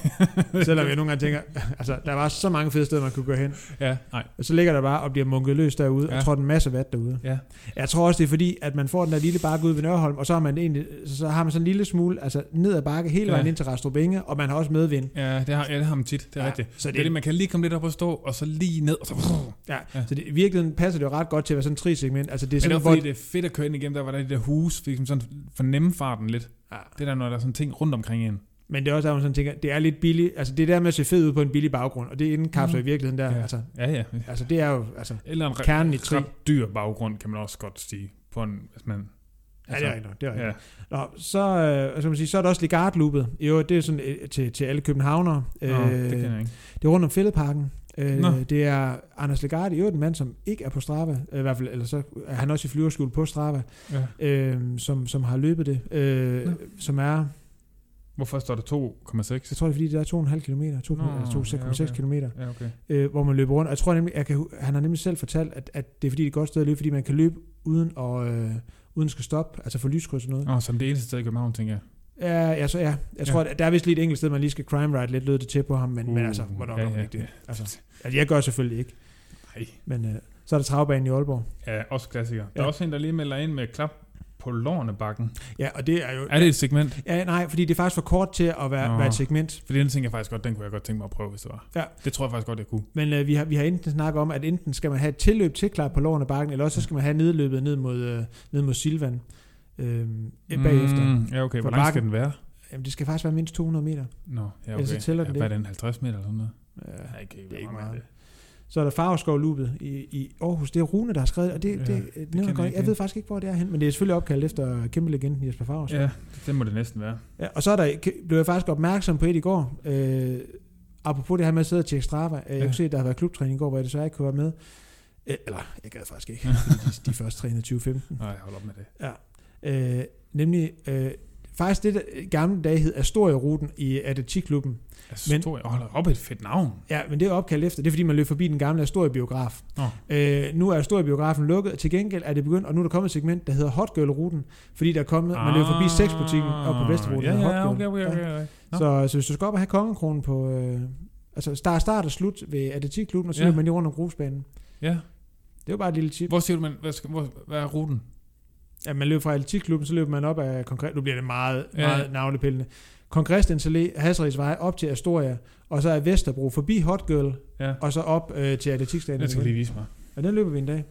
Selvom jeg nogle gange tænker, altså, der var så mange fede steder, man kunne gå hen. Ja, nej. Og så ligger der bare og bliver munket løs derude, ja. Og tror, den en masse watt derude. Ja. Jeg tror også, det er fordi, at man får den der lille bakke ud ved Nørholm, og så har man egentlig, så har man sådan en lille smule, altså ned ad bakke hele vejen ja. Ind til Rastrup Inge, og man har også medvind. Ja, det har, ja, det har man tit, det er ja, rigtigt. Så det, det er det, man kan lige komme lidt op og stå, og så lige ned, og så... Ja, ja. Så det, i virkeligheden passer det jo ret godt til at være sådan en tri-segment. Altså, det er sådan, men det er fordi, det er fedt at køre ind igennem, der var der de der hus, fordi man sådan fornemme farten lidt. Ja. Det der, når der er sådan ting rundt omkring en. Men det er også der, man sådan tænker, det er lidt billigt. Altså det der med at se fed ud på en billig baggrund, og det indkapsler mm. i virkeligheden der. Ja. Altså, ja, ja. Altså det er jo altså, eller en kernen i tri. Ret dyr baggrund, kan man også godt sige. På en, hvis man, altså, ja, det er rigtigt. Det er rigtigt. Ja. Nå, så, øh, altså, man sige, så er der også Ligard-loopet. Jo, det er sådan øh, til, til alle københavnere. Nå, øh, det kan jeg ikke. Det er rundt om Fælledparken. Øh, det er Anders Ligard, jo en mand, som ikke er på Strava, øh, i hvert fald, eller så er han også i flyverskole på Strava, ja. øh, som, som har løbet det, øh, som er... Hvorfor står der to komma seks? Jeg tror, det er fordi, det er to komma fem kilometer, to komma seks ja, okay. kilometer, ja, okay. øh, hvor man løber rundt. Jeg tror nemlig, jeg kan, han har nemlig selv fortalt, at, at det er fordi, det er et godt sted at løbe, fordi man kan løbe uden at, øh, uden at skal stoppe, altså for lyskryds og noget. Åh, oh, som det eneste sted i København, tænker jeg. Ja, ja, så, ja. Jeg tror, ja. Der er vist lige et enkelt sted, man lige skal crime ride lidt, lød det til på ham, men, uh, men altså, hvornår ja, ja, ikke det? Altså, altså, jeg gør selvfølgelig ikke. Nej. Men øh, så er der travbanen i Aalborg. Ja, også klassiker. Der ja. Er også en, der lige melder ind med klap på Lårnebakken. Ja, og det er jo... Er det et segment? Ja, nej, fordi det er faktisk for kort til at være, være et segment. Fordi den tænker jeg faktisk godt, den kunne jeg godt tænke mig at prøve, hvis det var. Ja. Det tror jeg faktisk godt, jeg kunne. Men øh, vi, har, vi har enten snakket om, at enten skal man have et tilløb til klap på Lårnebakken, eller også så skal man have nedløbet ned mod, øh, ned mod Silvan øh, mm, bagefter. Ja, okay. Hvor lang skal den være? Jamen, det skal faktisk være mindst to hundrede meter. Nå, ja, okay. Ellers så tæller den ja, hvad er den, halvtreds meter eller sådan noget? Ja, ja ikke, det er ikke meget. Det. Så er der Farverskov-loopet i, i Aarhus. Det er Rune, der har skrevet, og det, ja, det, det, det jeg, jeg ved faktisk ikke, hvor det er hen, men det er selvfølgelig opkaldt efter kæmpe legenden Jesper Farverskov. Ja, det må det næsten være. Ja, og så er der, blev jeg faktisk opmærksom på et i går, øh, apropos det her med at sidde og tjekke Strava. Jeg ja. Kunne se, at der har været klubtræning i går, hvor jeg desværre ikke kunne være med. Eller, jeg gad faktisk ikke, de, de første trænede tyve femten. Nej, hold op med det. Ja. Øh, nemlig... Øh, faktisk det, der gamle dage hed Astoria-ruten i Atletikklubben. Astoria, hold op, et fedt navn. Ja, men det er opkaldt efter. Det er fordi, man løb forbi den gamle Astoria-biograf. Oh. Øh, nu er Astoria-biografen lukket. Til gengæld er det begyndt, og nu er der kommet et segment, der hedder Hot Girl-ruten. Fordi der er kommet, ah, man løber forbi sexbutikken op på Vesterbro. Ja, ja, okay, okay, okay, okay. No. Så, så hvis du skal op og have kongekronen på... Øh, altså start, start og slut ved Atletikklubben, og så ja. Løber man lige rundt om grusbanen. Ja. Det er jo bare et lille tip. Hvor siger du, man, hvad, skal, hvor, hvad er ruten? Ja, man løber fra Atletikklubben, så løber man op af konkret. Nu bliver det meget, ja. meget navlepillende. Kongres den Salé, Hasrigsvej op til Astoria, og så er Vesterbro forbi Hot Girl, ja. Og så op øh, til Atletikstadion. Det skal lige vise mig. Og den løber vi en dag.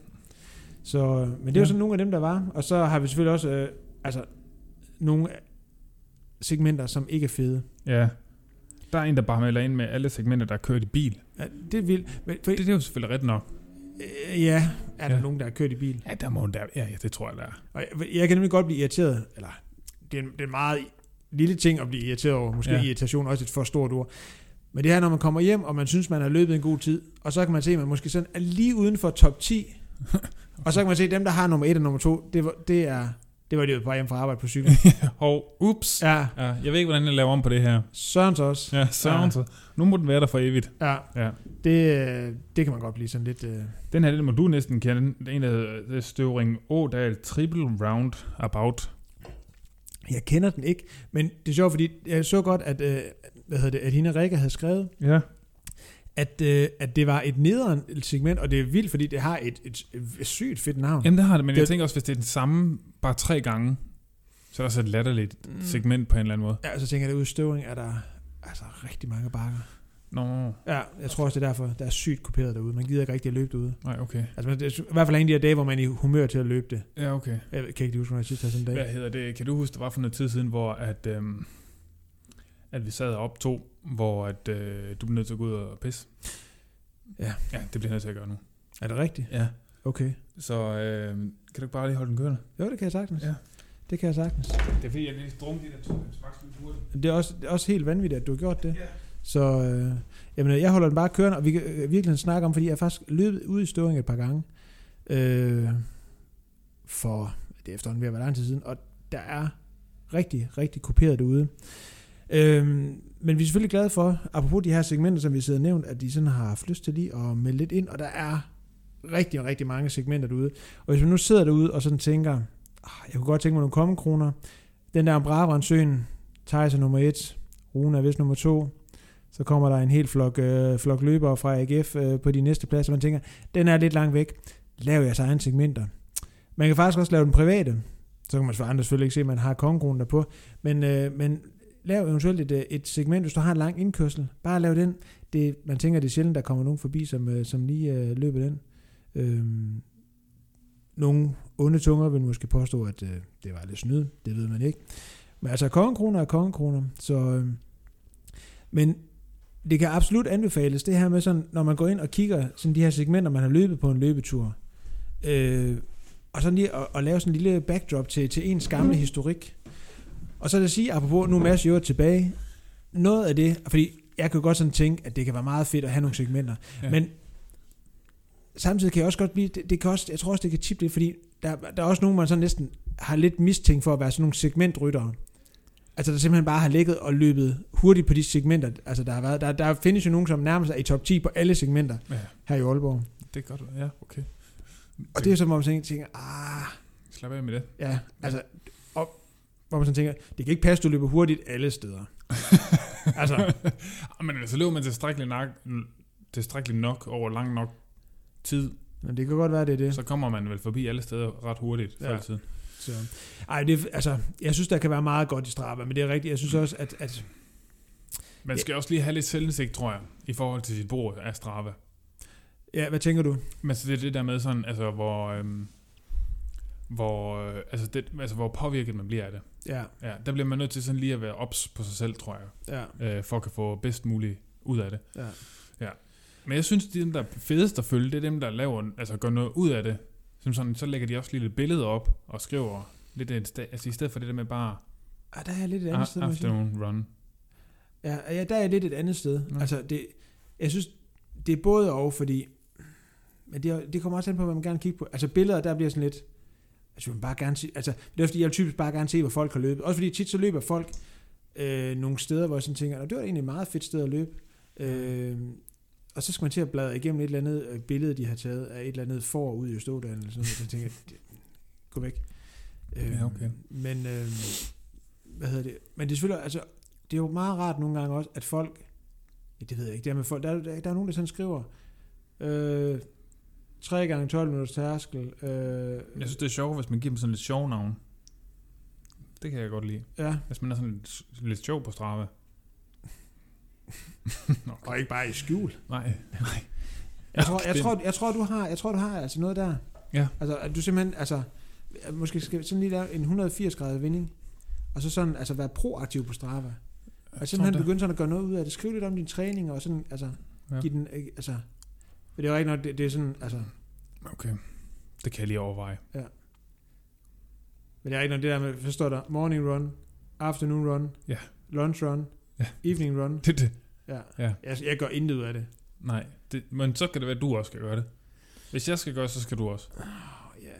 Så, men det er ja. Jo sådan nogle af dem, der var. Og så har vi selvfølgelig også øh, altså, nogle segmenter, som ikke er fede. Ja. Der er en, der bare melder ind med alle segmenter, der er kørt i bil. Ja, det er vildt. Men, for, det, det er jo selvfølgelig ret nok. Øh, ja, er der ja. Nogen, der har kørt i bil? Ja, der må der. Ja, ja, det tror jeg, der er. Og jeg, jeg kan nemlig godt blive irriteret. Eller, det er, en, det er en meget lille ting at blive irriteret over. Måske ja. Irritation også et for stort ord. Men det her, når man kommer hjem, og man synes, man har løbet en god tid, og så kan man se, at man måske sådan er lige uden for top ti, og så kan man se, at dem, der har nummer et og nummer to, det, var, det er... Det var det jo på hjem fra arbejde på cykel. Hov, ups. Ja. Ja. Jeg ved ikke, hvordan jeg laver om på det her. Sørens også. Ja, Sørens ja. Nu må den være der for evigt. Ja, ja. Det, det kan man godt blive sådan lidt... Uh... Den her, den må du næsten kende. Det er en, der hedder Støvring Ådal Triple Roundabout. Jeg kender den ikke, men det er sjovt, fordi jeg så godt, at, uh, hvad hedder det, at hende Rikke havde skrevet, ja. at, uh, at det var et nederen segment, og det er vildt, fordi det har et, et, et sygt fedt navn. Jamen det har det, men det, jeg tænker også, hvis det er den samme bare tre gange, så er der så et latterligt mm. segment på en eller anden måde. Ja, så tænker jeg, at ude i Støvring er der altså rigtig mange bakker. Nå. No. Ja, jeg tror også, det er derfor, der er sygt kopieret derude. Man gider ikke rigtig at løbe derude. Nej, okay. Altså, det er i hvert fald en af de her dage, hvor man er i humør til at løbe det. Ja, okay. Jeg kan ikke huske, hvornår jeg sidst havde sådan en dag. Hvad hedder det? Kan du huske, der var for noget tid siden, hvor at, øhm, at vi sad op to, hvor at, øh, du blev nødt til at gå ud og pisse? Ja. Ja, det bliver jeg nødt til at gøre nu. Er det rigtigt? Ja. Okay. Så øh, kan du ikke bare lige holde den kørende? Jo, det kan jeg sagtens. Ja. Det kan jeg sagtens. Det er fordi, jeg lige drumte de der to smaks lidt hurtigt. Det er også, det er også helt vanvittigt, at du har gjort det. Ja. Så øh, jamen, jeg holder den bare kørende, og vi kan øh, virkelig snakke om, fordi jeg har faktisk løbet ude i Støvring et par gange. Øh, for, det er efterhånden ved at være lang tid siden, og der er rigtig, rigtig kopieret derude. Øh, men vi er selvfølgelig glade for, apropos de her segmenter, som vi sidder nævnt, at de sådan har haft lyst til lige at melde lidt ind, og der er rigtig, rigtig mange segmenter derude. Og hvis man nu sidder derude og sådan tænker, jeg kunne godt tænke mig nogle kommekroner, den der om Brabrandssøen, Thijs er nummer et, Rune er vist nummer to, så kommer der en hel flok, øh, flok løbere fra A G F øh, på de næste pladser, man tænker, den er lidt langt væk, lav jeres egne segmenter. Man kan faktisk også lave den private, så kan man for andre selvfølgelig ikke se, at man har kongekronen derpå, men, øh, men lav eventuelt et, et segment, hvis du har en lang indkørsel, bare lav den, det, man tænker, det er sjældent, der kommer nogen forbi, som, øh, som lige øh, løber den. Øhm, nogle onde tunger vil måske påstå, at øh, det var lidt snyd, det ved man ikke. Men altså, kongekroner er kongekroner, så... Øh, men det kan absolut anbefales, det her med sådan, når man går ind og kigger sådan de her segmenter, man har løbet på en løbetur, øh, og sådan lige at, at lave sådan en lille backdrop til, til ens gamle historik. Og så er det at sige, apropos, nu er Mads jo tilbage, noget af det, fordi jeg kan godt sådan tænke, at det kan være meget fedt at have nogle segmenter, ja. Men samtidig kan jeg også godt blive, det, det kan også, jeg tror også, det kan tippe lidt, fordi der, der er også nogen, man sådan næsten har lidt mistænkt for at være sådan nogle segmentryttere. Altså der simpelthen bare har ligget og løbet hurtigt på de segmenter, altså der har været, der, der findes jo nogen, som nærmest er i top ti på alle segmenter ja. Her i Aalborg. Det er godt, ja, okay. Og det er så, hvor man tænker, ah... Slap af med det. Ja, altså, og, hvor man sådan tænker, det kan ikke passe, du løber hurtigt alle steder. altså. Men altså løber man tilstrækkeligt nok, tilstrækkeligt nok over lang nok tid. Men det kan godt være, det er det. Så kommer man vel forbi alle steder ret hurtigt ja. Før tiden. Så. Ej, det, altså, jeg synes, der kan være meget godt i Strava, men det er rigtigt. Jeg synes også, at... at man skal ja. Også lige have lidt selvindsigt, tror jeg, i forhold til sit brug af Strava. Ja, hvad tænker du? Men så det er det der med sådan, altså, hvor... Øhm, hvor, øh, altså det, altså, hvor påvirket man bliver af det. Ja. Ja, der bliver man nødt til sådan lige at være ops på sig selv, tror jeg. Ja. Øh, for at kan få bedst muligt ud af det. Ja. Ja. Men jeg synes, dem, der er fedest at følge, det er dem, der laver, altså gør noget ud af det. Som sådan, så lægger de også lige lidt billeder op og skriver lidt, altså i stedet for det der med bare... Ah, der er lidt et andet sted. Afternoon run. Ja, ja, der er lidt et andet sted. Ja. Altså, det, jeg synes, det er både og, fordi... Men det, det kommer også an på, hvad man gerne kigger på. Altså, billeder, der bliver sådan lidt... Altså, man bare gerne se, altså, det er fordi, jeg vil typisk bare gerne se, hvor folk har løbet. Også fordi tit så løber folk øh, nogle steder, hvor jeg sådan tænker, det var egentlig et meget fedt sted at løbe. Øh, og så skal man til at bladre igennem et eller andet billede, de har taget af et eller andet for ud i Stådalen, eller sådan noget. Så tænker jeg, gå væk. Øh, ja, okay. Men, øh, hvad hedder det? Men det er selvfølgelig, altså, det er jo meget rart nogle gange også, at folk, ja, det ved jeg ikke, det er med folk, der, der, der er nogen, der sådan skriver, øh, tre gange tolv minutters tærskel. Øh, jeg synes, det er sjovt, hvis man giver dem sådan lidt sjov navn. Det kan jeg godt lide. Ja. Hvis man er sådan lidt, lidt sjov på Strava. Okay. Og ikke bare i skjul. Nej, nej. Jeg tror, jeg tror, jeg tror, du har, jeg tror, du har altså noget der. Ja. Altså, at du simpelthen, altså, måske skal sådan lige lave en et hundrede og firs grader vending, og så sådan, altså være proaktiv på Strava. Og simpelthen begynde sådan at gøre noget ud af det. Skriv lidt om din træning, og sådan, altså, ja. Give den, altså, for det er jo ikke noget, det, det er sådan, altså. Okay, det kan jeg lige overveje. Ja. Men det er ikke noget, det der med, forstår der, morning run, afternoon run, ja. Lunch run, ja. Evening run. Det er det. Ja. Ja. Jeg, jeg gør intet ud af det. Nej, det, men så kan det være, at du også skal gøre det. Hvis jeg skal gøre, så skal du også. Oh, yeah.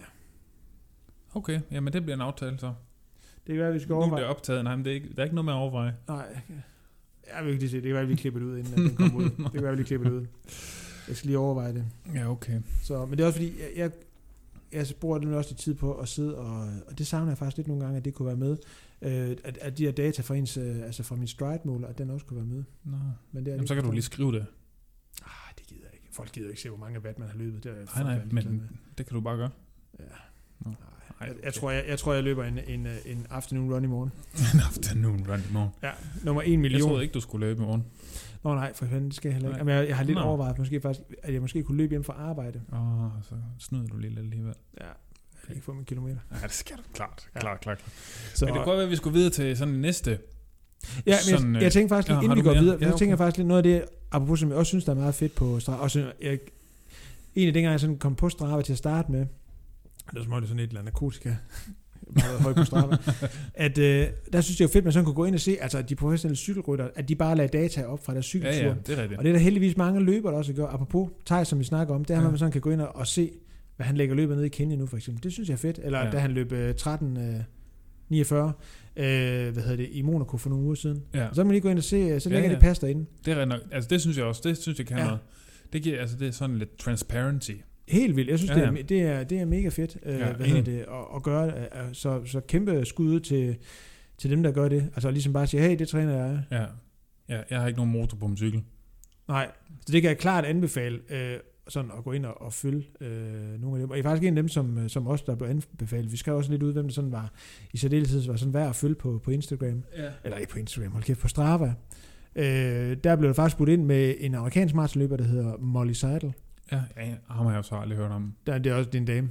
Okay, jamen det bliver en aftale så. Det kan være, at vi skal Nu overveje. bliver det optaget. Nej, men det er ikke, der er ikke noget med at overveje. Nej, jeg vil ikke lige se. Det kan være, at vi klipper det ud, inden at den kommer ud. Det kan være, at vi lige klipper det ud. Jeg skal lige overveje det. Ja, okay. Så, men det er også fordi, jeg, jeg, jeg bruger det også lidt tid på at sidde, og, og det savner jeg faktisk lidt nogle gange, at det kunne være med. Øh, at, at de her data fra, ens, øh, altså fra min stride-måler, at den også kunne være med. Nå. Men det er Jamen, så kan du lige skrive det. Ah, det gider jeg ikke. Folk gider ikke se, hvor mange watt man har løbet. Det er Nej, nej, men det kan du bare gøre. Ja. Nå. Nej. Ej, Jeg, okay. jeg, tror, jeg, jeg tror, jeg løber en, en, en afternoon run i morgen. En afternoon run i morgen. Ja, nummer en million. Jeg troede ikke, du skulle løbe i morgen. Nå nej, for fanden, det skal jeg heller ikke. Nej. Jamen, jeg, jeg har lidt Nå. overvejet, måske faktisk, at jeg måske kunne løbe hjem fra arbejde. Åh, oh, så snyder du lige lidt alligevel. Ja, jeg kan ikke få min kilometer. Nej, det skal du. Klart, Ja. klart, klart. klart. Så, Men det kunne godt være, at vi skulle videre til sådan det næste. ja, men sådan, jeg, jeg tænker faktisk, ja, lige, har inden vi du går mere? videre, Ja, så okay. tænker jeg faktisk lidt noget af det, apropos, som jeg også synes, der er meget fedt på Strava. Også, jeg, en af de gange, jeg sådan kom på Strava til at starte med, det var som om det er sådan et eller andet narkotika, meget højt på Strava, at øh, der synes jeg jo fedt, at man sådan kunne gå ind og se, altså de professionelle cykelrytter, at de bare lagde data op fra deres Ja, cykeltur. ja, det er rigtigt. Og det er der heldigvis mange løbere, der også gør. Apropos Thijs, som vi snakker om, det er, Ja. at man sådan kan gå ind og, og se, hvad han lægger løbet ned i Kenya nu, for eksempel. Det synes jeg er fedt. Eller Ja. da han løb øh, tretten niogfyrre, øh, hvad hedder det, i Monaco for nogle uger siden. Ja, Og så kan man lige gå ind og se, øh, så Ja, længe ja. det passer derinde. det er rigtigt nok. Altså, det synes jeg også. Det synes jeg kan Ja. noget. Det giver, altså, det er sådan lidt transparency. Helt vildt. Jeg synes, Ja, ja, ja. ja. Det, er, det, er, det er mega fedt, øh, Ja, hvad enig. hedder det, at, at gøre. Øh, så, så kæmpe skud til, til dem, der gør det. Altså ligesom bare sige, hey, det træner jeg. Ja. Ja, jeg har ikke nogen motor på min cykel. Nej, så det kan jeg klart anbefale, øh, sådan at gå ind og, og følge øh, nogle af dem. Og jeg er faktisk en af dem, som, som også der blev anbefalet. Vi skrev også lidt ud, hvem det sådan var, i særdeleshed var sådan værd at følge på, på Instagram. Ja. Eller ikke på Instagram, hold kæft, på Strava. Øh, der blev der faktisk budt ind med en amerikansk maratonløber, der hedder Molly Seidel. Ja, ja, ham har jeg jo så aldrig hørt om. Der, det er også din dame.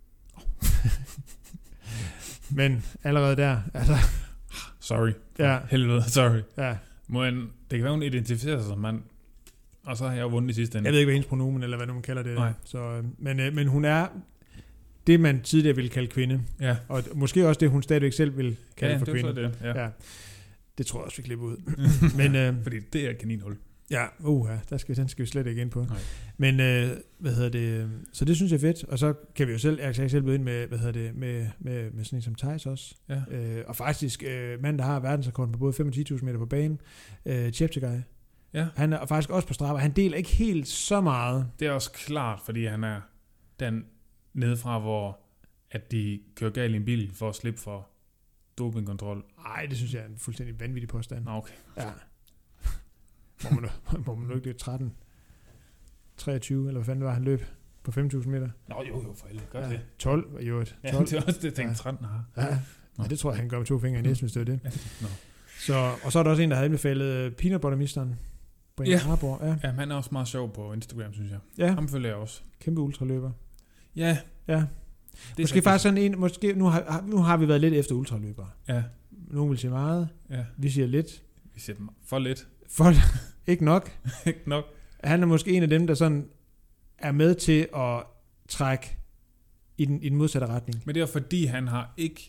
Men allerede der, altså, Sorry. ja, Helvede, sorry. ja. Men det kan være, hun identificerer sig som mand. Og så har jeg jo vundet i sidste ende. Jeg ved ikke, hvad hendes pronomen, eller hvad nu man kalder det. Nej. Så, øh, men, øh, men hun er det, man tidligere ville kalde kvinde. Ja. Og måske også det, hun stadigvæk selv vil kalde Ja, for det er kvinde. så det. Ja. Ja. Det tror jeg også, vi klipper ud. Men øh, Fordi det er kaninhul. ja, uh, der skal, den skal vi slet ikke ind på. Nej. Men øh, hvad hedder det? Så det synes jeg er fedt. Og så kan vi jo selv, jeg kan selv byde ind med, hvad hedder det, med, med, med sådan en som Thijs også. Ja. Øh, og faktisk øh, mand, der har verdensrekorden på både fem og ti tusind meter på banen, øh, Cheptegei. Ja. Han er faktisk også på Strava. Han deler ikke helt så meget. Det er også klart, fordi han er den nedefra, hvor at de kører galt i en bil for at slippe for dopingkontrol. Nej, det synes jeg er en fuldstændig vanvittig påstand. Nå, okay. Ja. Må man, nu- må man nu ikke det tretten, treogtyve, eller hvad fanden det var, han løb på fem tusind meter? Nå, jo, jo, for helvede. Gør Ja, det. tolv, jo et. Ja, tolv. det er også det, jeg tænkte, Ja. tretten har. Ja. Nå. Ja, det tror jeg, han gør med to fingre i næsen, hvis det er det. Ja. Nå. Så, og så er der også en, der havde anbefalet øh, peanut butter-misteren. Brian Ja. Harbour. Ja. Ja, han er også meget sjov på Instagram, synes jeg. Ja, Ham følger jeg også. kæmpe ultraløber. Ja. Ja. Det er Måske faktisk- faktisk sådan en, måske, nu har, nu har vi været lidt efter ultraløbere. Ja, Nogle vil sige meget, ja. vi siger lidt. Vi siger for lidt. Folk, ikke nok. Ikke nok. Han er måske en af dem, der sådan er med til at trække i den, i den modsatte retning. Men det er fordi, han har ikke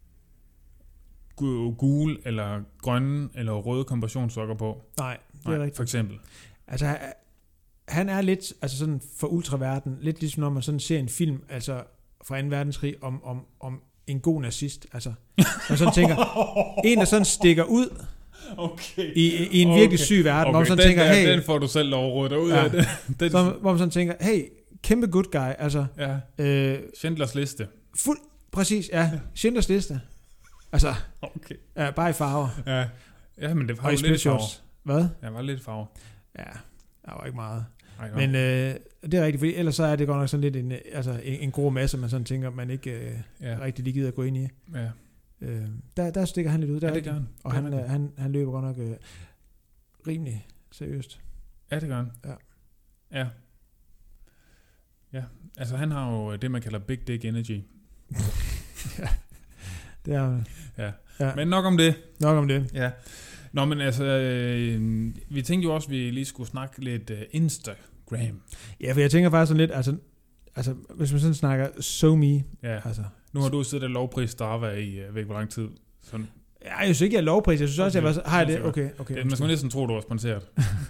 gu- gule eller grønne eller røde kompressionssokker på. Nej, det er Nej, rigtigt. for eksempel. Altså, han- han er lidt, altså sådan for ultraverden, lidt ligesom når man sådan ser en film, altså fra anden verdenskrig, om, om, om en god nazist. Altså, man sådan tænker, en, der sådan stikker ud Okay. i, i en Okay. virkelig syg verden, Okay, hvor man sådan den, tænker, der, hey, den får du selv lov at råde dig ud Ja. af. Den, den, så, hvor man sådan tænker, hey, kæmpe good guy, altså, ja, øh, Schindlers liste. fuld, præcis, ja, Schindlers liste. Altså, Okay. ja, bare i farver. Ja, ja men det var Og jo i lidt split farver. shorts. Hvad? Ja, det var lidt farver. Ja, der var ikke meget. Ej, Men øh, det er rigtigt, fordi ellers så er det godt nok sådan lidt en, øh, altså, en, en grå masse, man sådan tænker, man ikke øh, ja, rigtig lige gider at gå ind i. ja. Øh, der, der stikker han lidt ud. Der Ja, er det gør rigtigt. han. Og Det han, gør øh, han, han løber godt nok øh, rimelig seriøst. Ja, det gør han. Ja. Ja. Ja, altså han har jo det, man kalder big dick energy. Ja, det er Ja. ja. Men nok om det. nok om det. Ja. Nå, men altså, øh, vi tænkte jo også, at vi lige skulle snakke lidt uh, Instagram. Ja, for jeg tænker faktisk sådan lidt, altså, altså hvis man sådan snakker so me, Ja, altså, nu har du siddet og lovprist Strava i, uh, ved ikke hvor lang tid. Sådan, Ja, jeg synes ikke, jeg er lovpris. Jeg synes også, jeg var, har jeg det? Okay, okay. Det, man skal næsten tro, du var sponsoreret.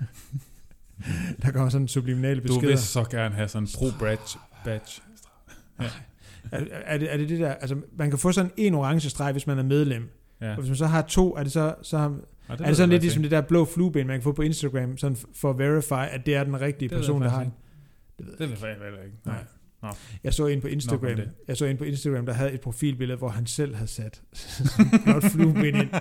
Der kommer sådan en subliminale beskeder. Du vil så gerne have sådan en pro-badge. Badge. Ja. Er, er, det, er det det der, altså man kan få sådan en orange streg, hvis man er medlem. Ja. Og hvis man så har to, er det så, så har, ja, det er det sådan lidt ligesom det der blå flueben, man kan få på Instagram, sådan for at verify, at det er den rigtige det person, der har den. Det ved jeg, det ved jeg ikke. ikke. Nej. Nå. Jeg så en på Instagram, jeg så en på Instagram, der havde et profilbillede, hvor han selv havde sat blot flueben ind.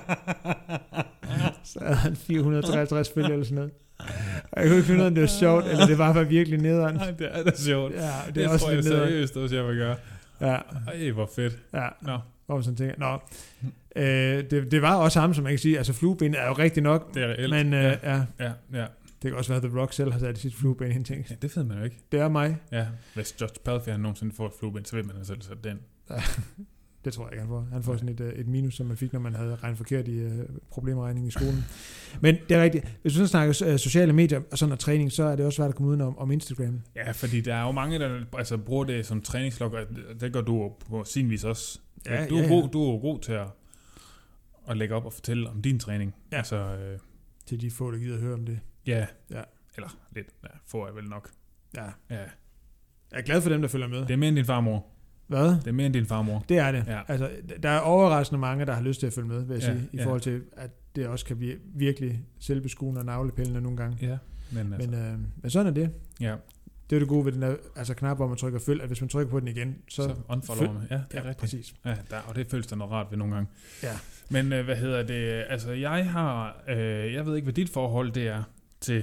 Så havde han fire hundrede og treoghalvtreds følgere eller sådan noget. Og jeg kunne ikke finde ud af, om det var sjovt, eller det var bare virkelig nederen. Nej, det er da sjovt. Ja, det, det er også lidt nederen. Seriøst, også jeg vil gøre. Ja. Ej, hvor fedt. Ja. Nå. Hvor man sådan tænker, nå. Øh, det, det var også ham, som man kan sige. Altså flueben er jo rigtig nok. Det er reelt. Men øh, ja. ja. Ja, ja. Det kan også være, at The Rock selv har sat i sit flueben hen, tænkt. Ja, det ved man jo ikke. Det er mig. Ja, hvis George Palfrey han nogensinde får et flueben, så ved man selv sætte den. Ja. Det tror jeg ikke, han får. Han får sådan et, et minus, som man fik, når man havde regnet forkert i uh, problemregning i skolen. Men det er rigtigt. Hvis du sådan snakker uh, sociale medier og sådan og træning, så er det også svært at komme uden om, om Instagram. Ja, fordi der er jo mange, der altså, bruger det som træningslog, og det gør du på sin vis også. Ja, du, ja, er ja. god, du er jo god til at, at lægge op og fortælle om din træning. Ja. Altså, øh, til de få, der gider at høre om det. Ja. Ja. Eller lidt. Ja, få er vel nok. Ja. Ja. Jeg er glad for dem, der følger med. Det er mere end din farmor. Hvad? Det er mere end din farmor. Det er det. Ja. Altså, der er overraskende mange, der har lyst til at følge med, vil jeg ja, sige, i ja. forhold til, at det også kan blive virkelig selvbeskuende og navlepillende nogle gange. Ja, men, altså. men, øh, men sådan er det. Ja. Det er det gode ved den der altså knap, hvor man trykker følg, at hvis man trykker på den igen, så... Så unfollower man. Ja, det er ja, rigtigt. Præcis. Ja, der, og det føles der noget rart ved nogle gange. Ja. Men øh, hvad hedder det? Altså, jeg har... Øh, jeg ved ikke, hvad dit forhold det er til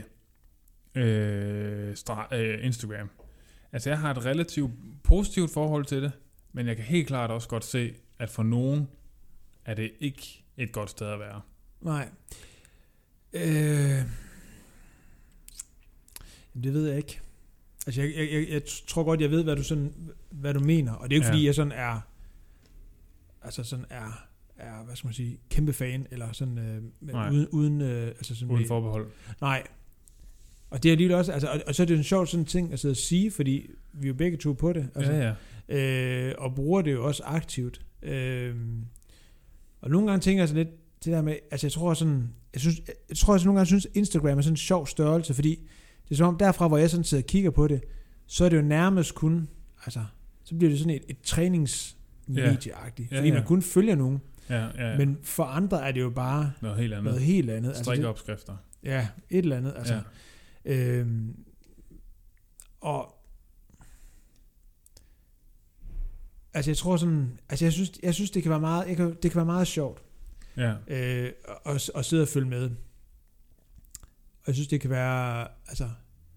øh, stra- øh, Instagram. Altså, jeg har et relativt positivt forhold til det, men jeg kan helt klart også godt se, at for nogen er det ikke et godt sted at være. Nej. Øh... Det ved jeg ikke. Altså, jeg, jeg, jeg, jeg tror godt, jeg ved, hvad du, sådan, hvad du mener. Og det er jo ikke, ja. fordi jeg sådan er... Altså, sådan er... er hvad skal man sige, kæmpe fan, eller sådan, øh, uden, uden, øh, altså sådan uden forbehold. Nej. Og det er lige også, altså, og, og så er det en sjov sådan ting at sidde og sige, fordi vi er jo begge to på det, altså, ja, ja. Øh, og bruger det jo også aktivt. Øh, og nogle gange tænker jeg sådan lidt, det der med, altså jeg tror sådan, jeg, synes, jeg tror også nogle gange synes, Instagram er sådan en sjov størrelse, fordi det er som om, derfra hvor jeg sådan sidder og kigger på det, så er det jo nærmest kun, altså, så bliver det sådan et, et træningsmedieagtigt, ja. fordi ja, ja. man kun følger nogen. Ja, ja, ja. Men for andre er det jo bare noget helt andet. Noget helt andet. Strikkeopskrifter. Altså ja, et eller andet. Altså, ja. øhm, og altså jeg tror sådan, altså jeg synes, jeg synes det kan være meget, jeg kan, det kan være meget sjovt. Ja. Øh, at, at sidde og følge med. Og jeg synes det kan være, altså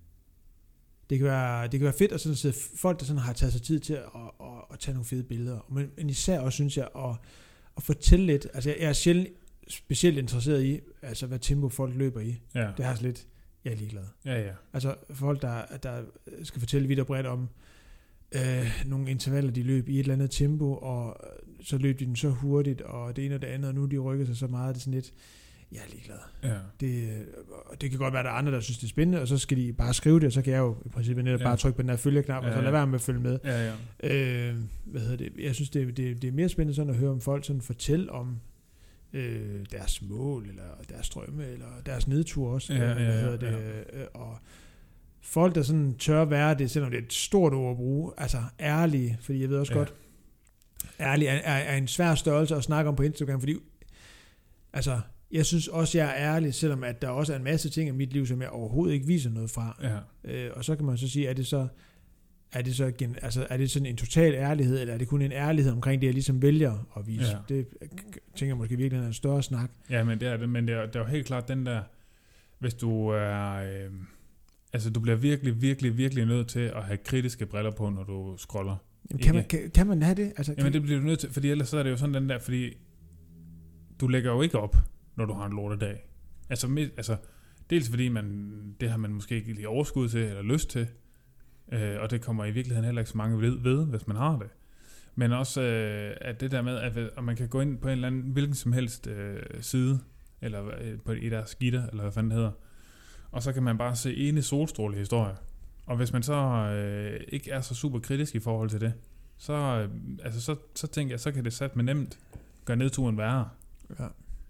det kan være, det kan være fedt at sådan sidde, folk der sådan har taget sig tid til at, at, at, at tage nogle fede billeder. Men, men især også synes jeg at at fortælle lidt, altså jeg er sjældent specielt interesseret i, altså hvad tempo folk løber i. Ja. Det har så lidt, jeg er ligeglad. Ja, ja. Altså folk, der, der skal fortælle vidt og bredt om øh, nogle intervaller, de løb i et eller andet tempo, og så løb de den så hurtigt, og det ene og det andet, og nu de rykker sig så meget, det er sådan lidt, jeg er ligeglad. Ja. Det, det kan godt være, at der er andre, der synes, det er spændende, og så skal de bare skrive det, og så kan jeg jo i princippet netop ja. bare trykke på den her følgeknap, ja, og så lade være med at følge med. Ja, ja. Øh, hvad hedder det? Jeg synes, det, det, det er mere spændende sådan at høre om folk sådan fortælle om øh, deres mål, eller deres drømme, eller deres nedtur også. Ja, ja, hvad hedder det? Ja. Og folk, der sådan tør være det, selvom det er et stort ord at bruge, altså ærlige, fordi jeg ved også ja. godt, ærlig er, er, er en svær størrelse at snakke om på Instagram, fordi altså jeg synes også, jeg er ærlig, selvom at der også er en masse ting i mit liv, som jeg overhovedet ikke viser noget fra. Ja. Øh, og så kan man så sige, er det så, er det så altså, er det sådan en total ærlighed, eller er det kun en ærlighed omkring det, jeg ligesom vælger at vise? Ja. Det tænker jeg måske virkelig er en større snak. Ja, men det er det, men det er, det er jo helt klart den der, hvis du er, øh, altså du bliver virkelig, virkelig, virkelig nødt til at have kritiske briller på, når du scroller. Jamen, kan, man, kan, kan man have det? Altså, Jamen det bliver du nødt til, fordi ellers så er det jo sådan den der, fordi du lægger jo ikke op, når du har en lortedag. Altså, med, altså dels fordi man, det har man måske ikke lige overskud til, eller lyst til, øh, og det kommer i virkeligheden heller ikke så mange ved, ved hvis man har det. Men også, øh, at det der med, at, at man kan gå ind på en eller anden, hvilken som helst øh, side, eller øh, på i deres gitter, eller hvad fanden det hedder, og så kan man bare se ene solstråle historie. Og hvis man så øh, ikke er så super kritisk i forhold til det, så, øh, altså, så, så tænker jeg, så kan det sat med nemt gøre nedturen værre. Ja.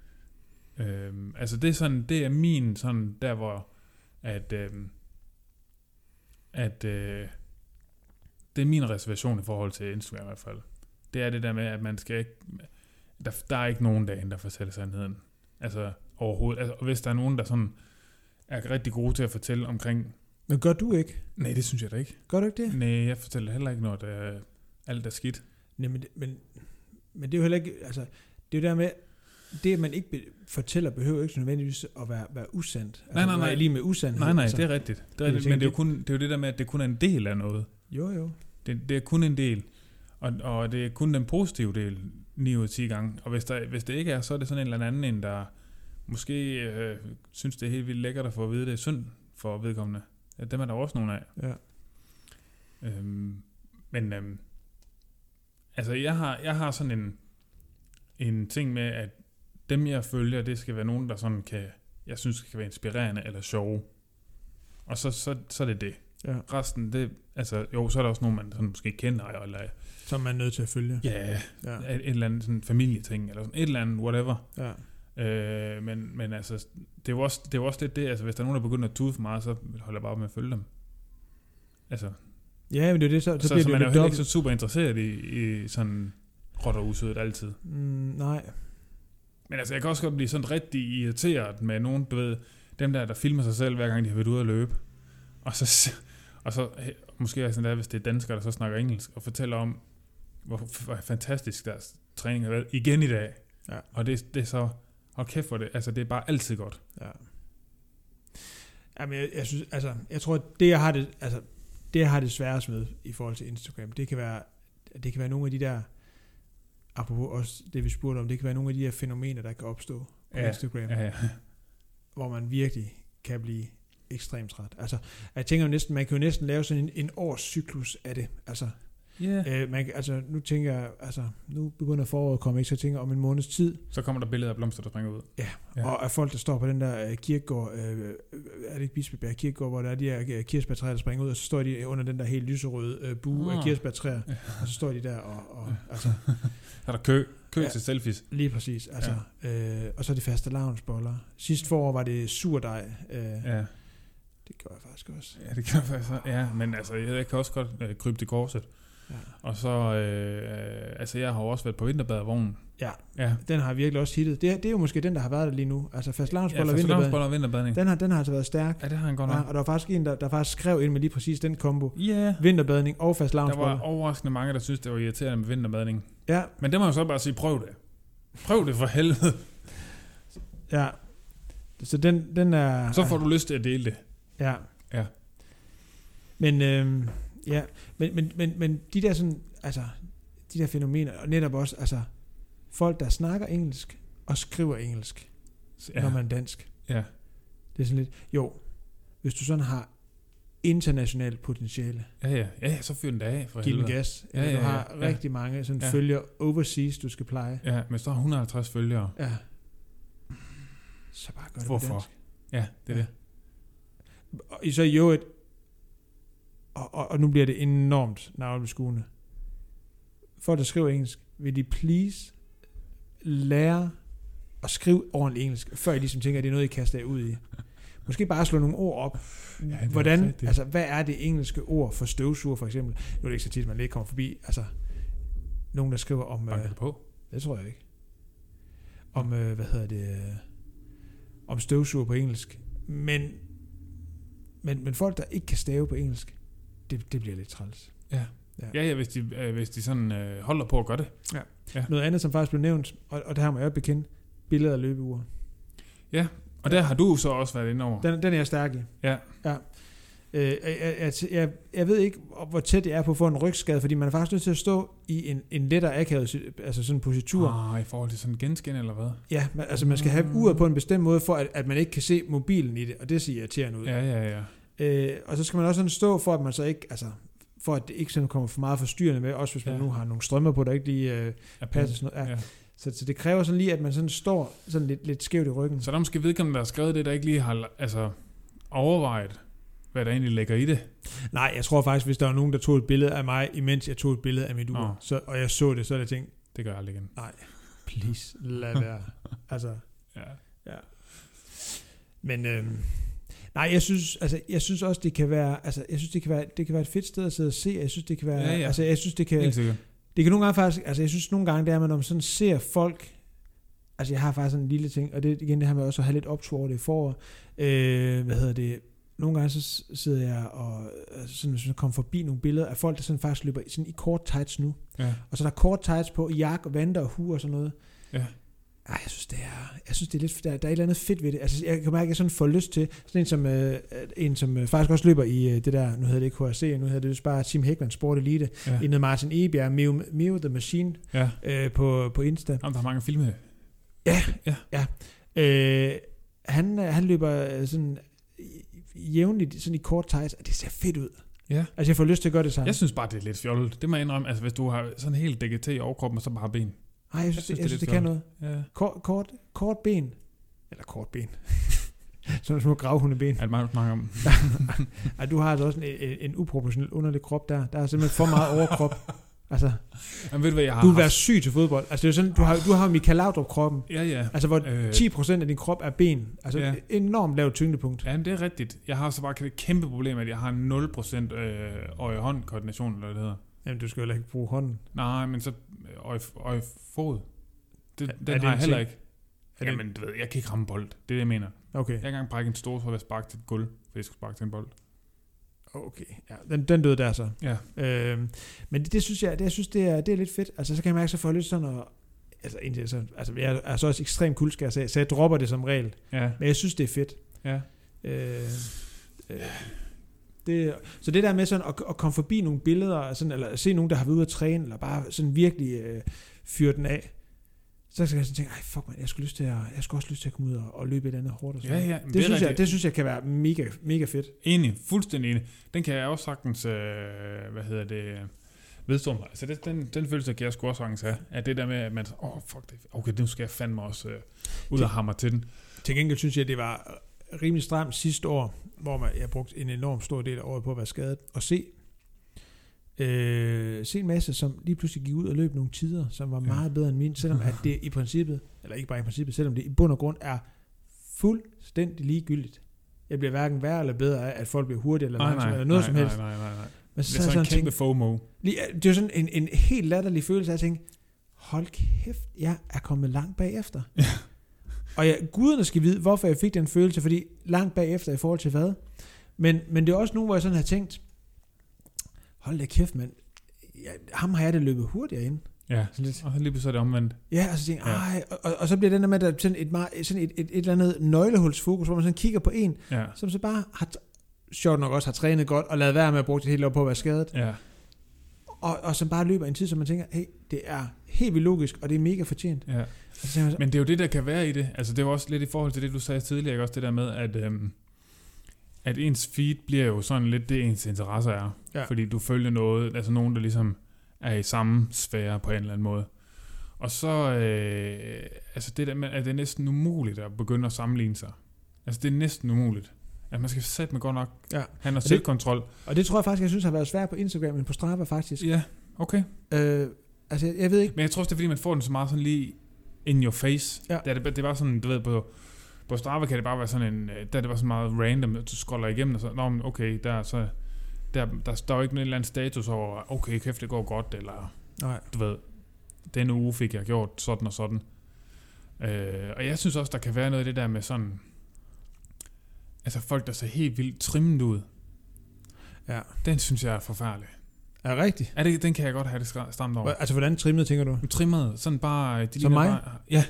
Øhm, altså det er sådan, det er min sådan, der hvor, at, øhm, at, øh, det er min reservation i forhold til Instagram i hvert fald. Det er det der med, at man skal ikke, der, der er ikke nogen derinde, der fortæller sandheden. Altså overhovedet. Altså, og hvis der er nogen, der sådan er rigtig gode til at fortælle omkring... Men gør du ikke? Nej, det synes jeg da ikke. Gør du ikke det? Nej, jeg fortæller heller ikke, når der er, alt er skidt. Nej, men, men, men det er jo heller ikke... Altså, det er jo der med... Det, at man ikke be- fortæller, behøver ikke nødvendigvis at være, være usandt. Altså, nej, nej, nej. Lige med usandhed. Nej, nej, altså, det er rigtigt. Det er rigtigt. Men det er, jo kun, det er jo det der med, at det kun er en del af noget. Jo, jo. Det, det er kun en del. Og, og det er kun den positive del, ni ud af ti gange. Og hvis, der, hvis det ikke er, så er det sådan en eller anden, en, der måske øh, synes, det er helt vildt lækkert at få at vide, det er synd for vedkommende. Ja, dem er der også nogle af. Ja. Øhm, men øhm, altså, jeg har, jeg har sådan en, en ting med, at dem, jeg følger, det skal være nogen, der sådan kan, jeg synes, kan være inspirerende eller sjove. Og så, så, så er det det. Ja. Resten, det, altså, jo, så er der også nogen, man sådan måske kender, eller... Som man er nødt til at følge. Ja, ja. Et, et eller andet sådan familieting, eller sådan et eller andet, whatever. Ja. Øh, men, men altså, det er jo også det, er jo også det, det, altså, hvis der er nogen, der begynder at tude for meget, så holder jeg bare op med at følge dem. Altså... Ja, men det er det, så, så, så, bliver så det man er jo heller ikke dobbelt. så super interesseret i, i sådan råt og usødet altid. Mm, nej. Men altså, jeg kan også godt blive sådan rigtig irriteret med nogen, du ved, dem der, der filmer sig selv, hver gang de har været ude at løbe. Og så, og så måske er sådan der, hvis det er danskere, der så snakker engelsk, og fortæller om, hvor, hvor fantastisk deres træning har været igen i dag. Ja. Og det, det er så, hold kæft for det, altså det er bare altid godt. Ja. Jamen, jeg, jeg synes, altså, jeg tror, at det, jeg har det, altså, det, jeg har det sværest med i forhold til Instagram, det kan være, det kan være nogle af de der, apropos også det, vi spurgte om, det kan være nogle af de her fænomener, der kan opstå på ja. Instagram, ja, ja. hvor man virkelig kan blive ekstremt træt. Altså, jeg tænker jo næsten, man kan jo næsten lave sådan en, en års cyklus af det. Altså, yeah. øh, man, altså, nu tænker jeg, altså, nu begynder foråret at komme, ikke? Så jeg tænker om en måneds tid. Så kommer der billeder af blomster, der springer ud. Ja, ja. Og af folk, der står på den der uh, kirkegård, uh, er det ikke Bispebjerg Kirkegård, hvor der er de her uh, kirsebærtræer, der springer ud, og så står de under den der helt lyserøde uh, bue af uh. kirsebærtræer, ja. Og så står de der og, og altså... er der kø? Kø ja, til selfies. Lige præcis. Altså, ja. øh, og så er det faste lavnsboller. Sidst forår var det surdej. Øh, ja. Det gør jeg faktisk også. Ja, det gør jeg faktisk også. Ja, men altså, jeg kan også godt øh, krybe til korset. Ja. Og så, øh, altså, jeg har også været på vinterbadervognen. Ja, ja, den har virkelig også hittet. Det, det er jo måske den, der har været der lige nu. Altså, fast lavnsboller ja, og vinterbadning. og vinterbadning. Den har, den har altså været stærk. Ja, det har han godt nok. Ja, og der var faktisk en, der, der faktisk skrev ind med lige præcis den kombo. Ja. Yeah. Vinterbadning og fast lavnsboller. Der var overraskende mange, der synes det var irriterende med vinterbadning. Ja. Men det må jeg så bare sige, prøv det. Prøv det for helvede. Ja. Så den, den er... Så får du lyst til at dele det. Ja. Ja. Men, øhm, ja, men, men, men, men de der sådan, altså, de der fænomener, og netop også, altså, folk, der snakker engelsk, og skriver engelsk, ja. Når man er dansk. Ja. Det er sådan lidt, jo, hvis du sådan har internationalt potentiale. Ja, ja, ja, så fyr den af, for Giv den helvede. gas. Ja, ja, ja, du har ja. rigtig mange sådan ja. følger overseas, du skal pleje. Ja, men så har et hundrede og halvtreds følgere. Ja. Så bare gør det Hvorfor? på dansk. Ja, det er ja. det. Og så i øvrigt, og, og, og nu bliver det enormt navlebeskuende. Folk, der skriver engelsk, vil de please lære at skrive ordentligt engelsk, før I ligesom tænker, at det er noget, I kaster jer ud i. Måske bare slå nogle ord op. Ja, hvordan, altså, hvad er det engelske ord for støvsuger, for eksempel? Nu er det ikke så tit, man lige kommer forbi. Altså, nogen, der skriver om... Øh, på? Det tror jeg ikke. Om, øh, hvad hedder det... Øh, om støvsuger på engelsk. Men, men, men folk, der ikke kan stave på engelsk, det, det bliver lidt træls. Ja. Ja, ja, ja hvis, de, øh, hvis de sådan øh, holder på at gøre det. Ja. Ja. Noget andet, som faktisk blev nævnt, og, og det her må jeg bekende, billeder af løbeure. Ja, og der har du så også været inde over. Den, den er jeg stærk i. Ja. Ja. Øh, jeg, jeg, jeg, jeg ved ikke, hvor tæt jeg er på at få en rygskade, fordi man er faktisk nødt til at stå i en, en lettere akavet, altså sådan en positur. Ah, i forhold til sådan en genskin eller hvad? Ja, man, altså man skal have uret på en bestemt måde, for at, at man ikke kan se mobilen i det, og det ser irriterende ud. Ja, ja, ja. Øh, og så skal man også sådan stå, for at man så ikke, altså for at det ikke sådan kommer for meget forstyrrende med, også hvis man ja. nu har nogle strømmer på, der ikke lige øh, passer sådan noget. Ja. Ja. Så, så det kræver sådan lige, at man sådan står sådan lidt, lidt skævt i ryggen. Så der er måske vedkommende, der har skrevet det, der ikke lige har altså, overvejet, hvad der egentlig ligger i det. Nej, jeg tror faktisk, hvis der var nogen, der tog et billede af mig, imens jeg tog et billede af mit ur, så, og jeg så det, så havde jeg tænkt, det gør jeg aldrig igen. Nej, Please, lad være. Altså, ja. ja. Men, øhm, nej, jeg synes, altså, jeg synes også, det kan være, altså, jeg synes, det kan være, det kan være et fedt sted at sidde og se, jeg synes, det kan være, ja, ja. altså, jeg synes, det kan, Helt sikkert. det kan nogle gange faktisk, altså, jeg synes nogle gange, det er, når man sådan ser folk, altså, jeg har faktisk sådan en lille ting, og det igen, det her med også at have lidt optur over det i forår, øh, hvad hedder det, nogle gange så sidder jeg og sådan, sådan kommer forbi nogle billeder af folk, der sådan faktisk løber sådan i kort tights nu. Ja. Og så der er kort tights på, jakke og vanter og hue og sådan noget. Ja. Ej, jeg synes, det er, jeg synes, det er lidt, der, der er et eller andet fedt ved det. Altså, jeg kan mærke, at jeg sådan får lyst til, sådan en som, øh, en, som øh, faktisk også løber i øh, det der, nu hedder det ikke H R C, nu hedder det just bare Team Heckman Sport Elite, ja. Inden Martin Ebjerg, Mio, Mio The Machine, ja. øh, på, på Insta. Jamen, der er mange filme. Ja, ja. ja. Øh, han, han løber sådan jævnligt sådan i kort tights, og det ser fedt ud. Ja. Altså, jeg får lyst til at gøre det samme. Jeg synes bare, det er lidt fjollet. Det må jeg indrømme. Altså, hvis du har sådan helt dækket til i overkroppen, og så bare ben. Nej, jeg synes, jeg synes, det, jeg synes, det kan noget. Ja. Kort, kort, kort ben. Eller kort ben. Sådan små gravhundeben. Er det meget, meget om? Ej, du har altså også en, en, en uproportionel underlig krop der. Der er simpelthen for meget overkrop. Altså, jamen, ved du, hvad jeg har du vil haft? være syg til fodbold. Altså, det er sådan, du har, du har Michael Laudrup-kroppen. Ja, ja. Altså, hvor øh, ti procent af din krop er ben. Altså, ja. enormt lavt tyngdepunkt. Ja, det er rigtigt. Jeg har så bare et kæmpe problem, at jeg har nul procent øh, øje-hånd-koordination, eller hvad det hedder. Jamen, du skal jo ikke bruge hånden. Nej, men så øje-fod. Det, er, den er har jeg heller ting? ikke. Jamen, du ved, jeg kan ikke ramme bold. Det er det, jeg mener. Okay. Jeg kan engang brække en stor for at sparke til et gulv, fordi jeg skal sparke til en bold. Okay, ja, den, den døde der så. Ja. Øhm, men det, det synes jeg, det, jeg synes, det er, det er lidt fedt. Altså, så kan jeg mærke, så får jeg lyst sådan at, altså, indtil så, altså, jeg er så også ekstremt kuldskær, så, så jeg dropper det som regel. Ja. Men jeg synes, det er fedt. Ja. Øh, øh, det, så det der med sådan at, at komme forbi nogle billeder, sådan, eller se nogen, der har været ude at træne, eller bare sådan virkelig øh, fyre den af, så kan jeg sådan tænke, ej fuck man, jeg skulle lyst til at, jeg skulle også lyst til at komme ud og, og løbe et andet hårdt og sådan. Ja, ja, det, det, synes jeg, det synes jeg kan være mega, mega fedt. Enig, fuldstændig enig. Den kan jeg også sagtens, øh, hvad hedder det, vedstå mig. Altså det, den, den følelse kan jeg sgu også sagtens have, at det der med, at man, åh oh, fuck det, okay, nu skal jeg fandme også øh, ud og hamre til den. Til gengæld synes jeg, det var rimelig stramt sidste år, hvor man, jeg brugte en enorm stor del af året på at være skadet, og se, øh, se en masse, som lige pludselig gik ud og løb nogle tider, som var meget bedre end min, selvom at det i princippet, eller ikke bare i princippet, selvom det i bund og grund er fuldstændig ligegyldigt. Jeg bliver hverken værre eller bedre af, at folk bliver hurtigere eller langsommere, eller noget nej, som helst. Nej, nej, nej, nej. Men så det er sådan en kæmpe tænkte, FOMO. Lige, det er jo sådan en, en helt latterlig følelse af at tænke, hold kæft, jeg er kommet langt bagefter. Ja. Og jeg, guderne skal vide, hvorfor jeg fik den følelse, fordi langt bagefter i forhold til hvad. Men, men det er også nu, hvor jeg sådan har tænkt, hold da kæft, mand, ja, ham har jeg da løbet hurtigere ind. Ja, og så lige pludselig er det omvendt. Ja, og så tænker jeg, ej, og, og, og så bliver den der med, der sådan et, meget, sådan et, et, et eller andet nøglehulsfokus, hvor man sådan kigger på en, ja. Som så bare har, sjovt nok også har trænet godt, og lavet være med at bruge det hele år på at være skadet. Ja. Og, og som bare løber en tid, som man tænker, hey, det er helt vildt logisk, og det er mega fortjent. Ja. Så, men det er jo det, der kan være i det. Altså det er jo også lidt i forhold til det, du sagde tidligere, ikke? Også det der med, at, øhm, at ens feed bliver jo sådan lidt det, ens interesse er. Ja. Fordi du følger noget, altså nogen, der ligesom er i samme sfære på en eller anden måde. Og så, øh, altså det der med, at det er næsten umuligt at begynde at sammenligne sig. Altså det er næsten umuligt. At man skal sætte med godt nok, ja. Han har selvkontrol. Og det tror jeg faktisk, jeg synes har været svært på Instagram, men på Strava faktisk. Ja, okay. Øh, altså jeg, jeg ved ikke. Men jeg tror også, det er fordi, man får den så meget sådan lige in your face. Ja. Det, er, det er bare sådan, du ved, på, på Strava kan det bare være sådan en, der er det bare sådan meget random, du scroller igennem, og så, nå, okay, der, så, der, der står jo ikke en eller anden status over, okay, kæft, det går godt, eller, nej. Du ved, denne uge fik jeg gjort sådan og sådan. Øh, og jeg synes også, der kan være noget af det der med sådan, altså folk, der ser helt vildt trimmet ud. Ja. Den synes jeg er forfærdelig. Er det rigtigt? Er det, den kan jeg godt have det stramt over. Altså, hvordan trimmet, tænker du? Trimmet, sådan bare... De Som mig? Bare, ja.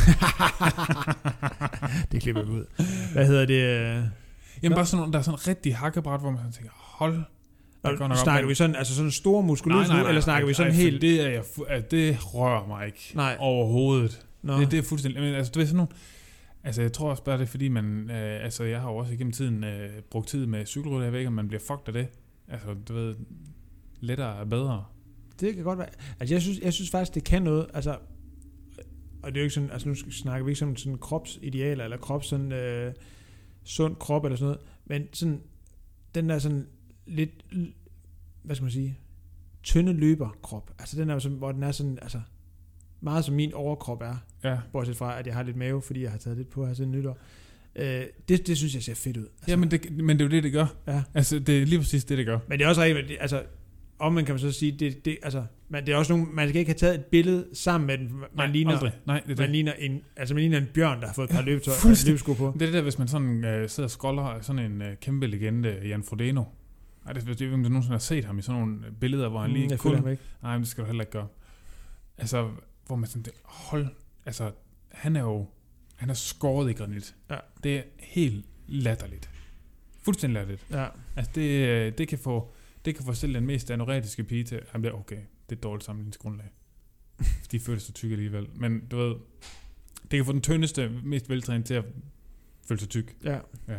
Det klipper vi ud. Hvad hedder det? Jamen Nå? Bare sådan, der er sådan rigtig hakkebræt, hvor man tænker, hold... Og snakker op, vi sådan, altså sådan store muskuløse nu, eller snakker nej, vi sådan nej, helt... Det, er jeg, det rører mig ikke nej. Overhovedet. Det, det er fuldstændig... Men, altså, du ved sådan nogle... Altså, jeg tror også bare, det er fordi, man... Øh, altså, jeg har jo også igennem tiden øh, brugt tid med cykelrytter. Jeg ved ikke, om man bliver fucked af det. Altså, du ved... Lettere er bedre. Det kan godt være. Altså, jeg synes, jeg synes faktisk, det kan noget. Altså, og det er jo ikke sådan... Altså, nu snakker vi ikke sådan, sådan kropsidealer, eller krops sådan... Øh, sund krop, eller sådan noget. Men sådan... Den der sådan... Lidt... Hvad skal man sige? Tynde løberkrop. Altså, den er jo sådan... Hvor den er sådan... Altså... meget som min overkrop er. Ja. Bortset fra, at jeg har lidt mave, fordi jeg har taget lidt på her siden nytår. Øh, det, det synes jeg ser fedt ud. Altså, ja, men det, men det er jo det, det gør. Ja. Altså, det er lige præcis det, det gør. Men det er også rigtigt, altså, om man kan man så sige, det, det, altså, man, det er også nogle, man skal ikke have taget et billede sammen med den. Man Nej, ligner, aldrig. Nej, det er man det. ligner en, altså man ligner en bjørn, der har fået et par Ja, løbetøj, fuldstændig. løbesko på. Det er det der, hvis man sådan øh, sidder og scroller sådan en øh, kæmpe legende, Jan Frodeno. Ej, det er det, om du nogensinde har set ham i sådan nogle billeder, hvor han lige Mm, jeg kun... føler ham ikke. Nej, men det skal du heller ikke gøre. Altså, hvor man sådan, det, hold, altså, han er jo, han er skåret i granit. Ja. Det er helt latterligt. Fuldstændig latterligt. Ja. Altså, det, øh, det kan få, det kan få selv den mest anoretiske pige til, jamen det er okay, det er et dårligt sammenligningsgrundlag. De føler sig tykke alligevel. Men du ved, det kan få den tyndeste, mest veltrænede til at føle sig tyk. Ja. Ja.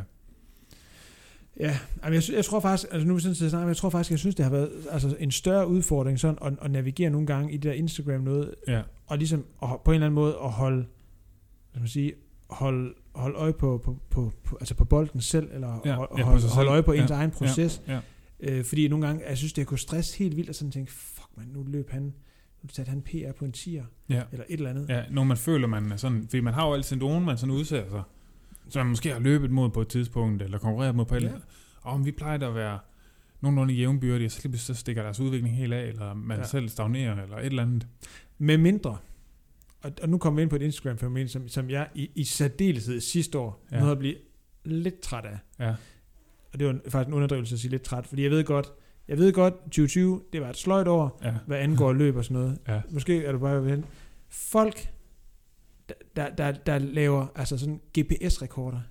Ja, altså jeg, jeg tror faktisk, altså nu er vi sådan set snart, men jeg tror faktisk, jeg synes, det har været altså en større udfordring sådan at, at navigere nogle gange i det der Instagram noget, Ja. og ligesom at, på en eller anden måde at holde, hvad skal man sige, holde, holde øje på, på, på, på, altså på bolden selv, eller Ja, hold, ja, på holde, sig selv. holde øje på ens Ja, egen proces. Ja, ja. Øh, fordi nogle gange, jeg synes, det kunne stresse helt vildt, og sådan tænke, fuck man, nu løb han, nu satte han P R på en tier, Ja. eller et eller andet. Ja, når man føler, man er sådan, fordi man har jo altid nogen, man sådan udsætter sig, så man måske har løbet mod på et tidspunkt, eller konkurreret mod på et Ja. ja. Og om vi plejer da at være nogenlunde jævnbyrdige, og så lige pludselig så stikker deres udvikling helt af, eller man Ja. ja. selv stagnerer, eller et eller andet. Med mindre, og, og nu kommer vi ind på et Instagram-fænomen, som, som jeg i, i særdeleshed sidste år, Ja. ja. nåede at blive lidt træt af. Ja, Og det var en, faktisk en underdrivelse at sige lidt træt, fordi jeg ved godt, jeg ved godt, tyve tyve, det var et sløjt år, ja, hvad angår løb og sådan noget. ja. Måske er du bare ved hen. Folk, der, der, der, der laver altså sådan G P S-rekorder.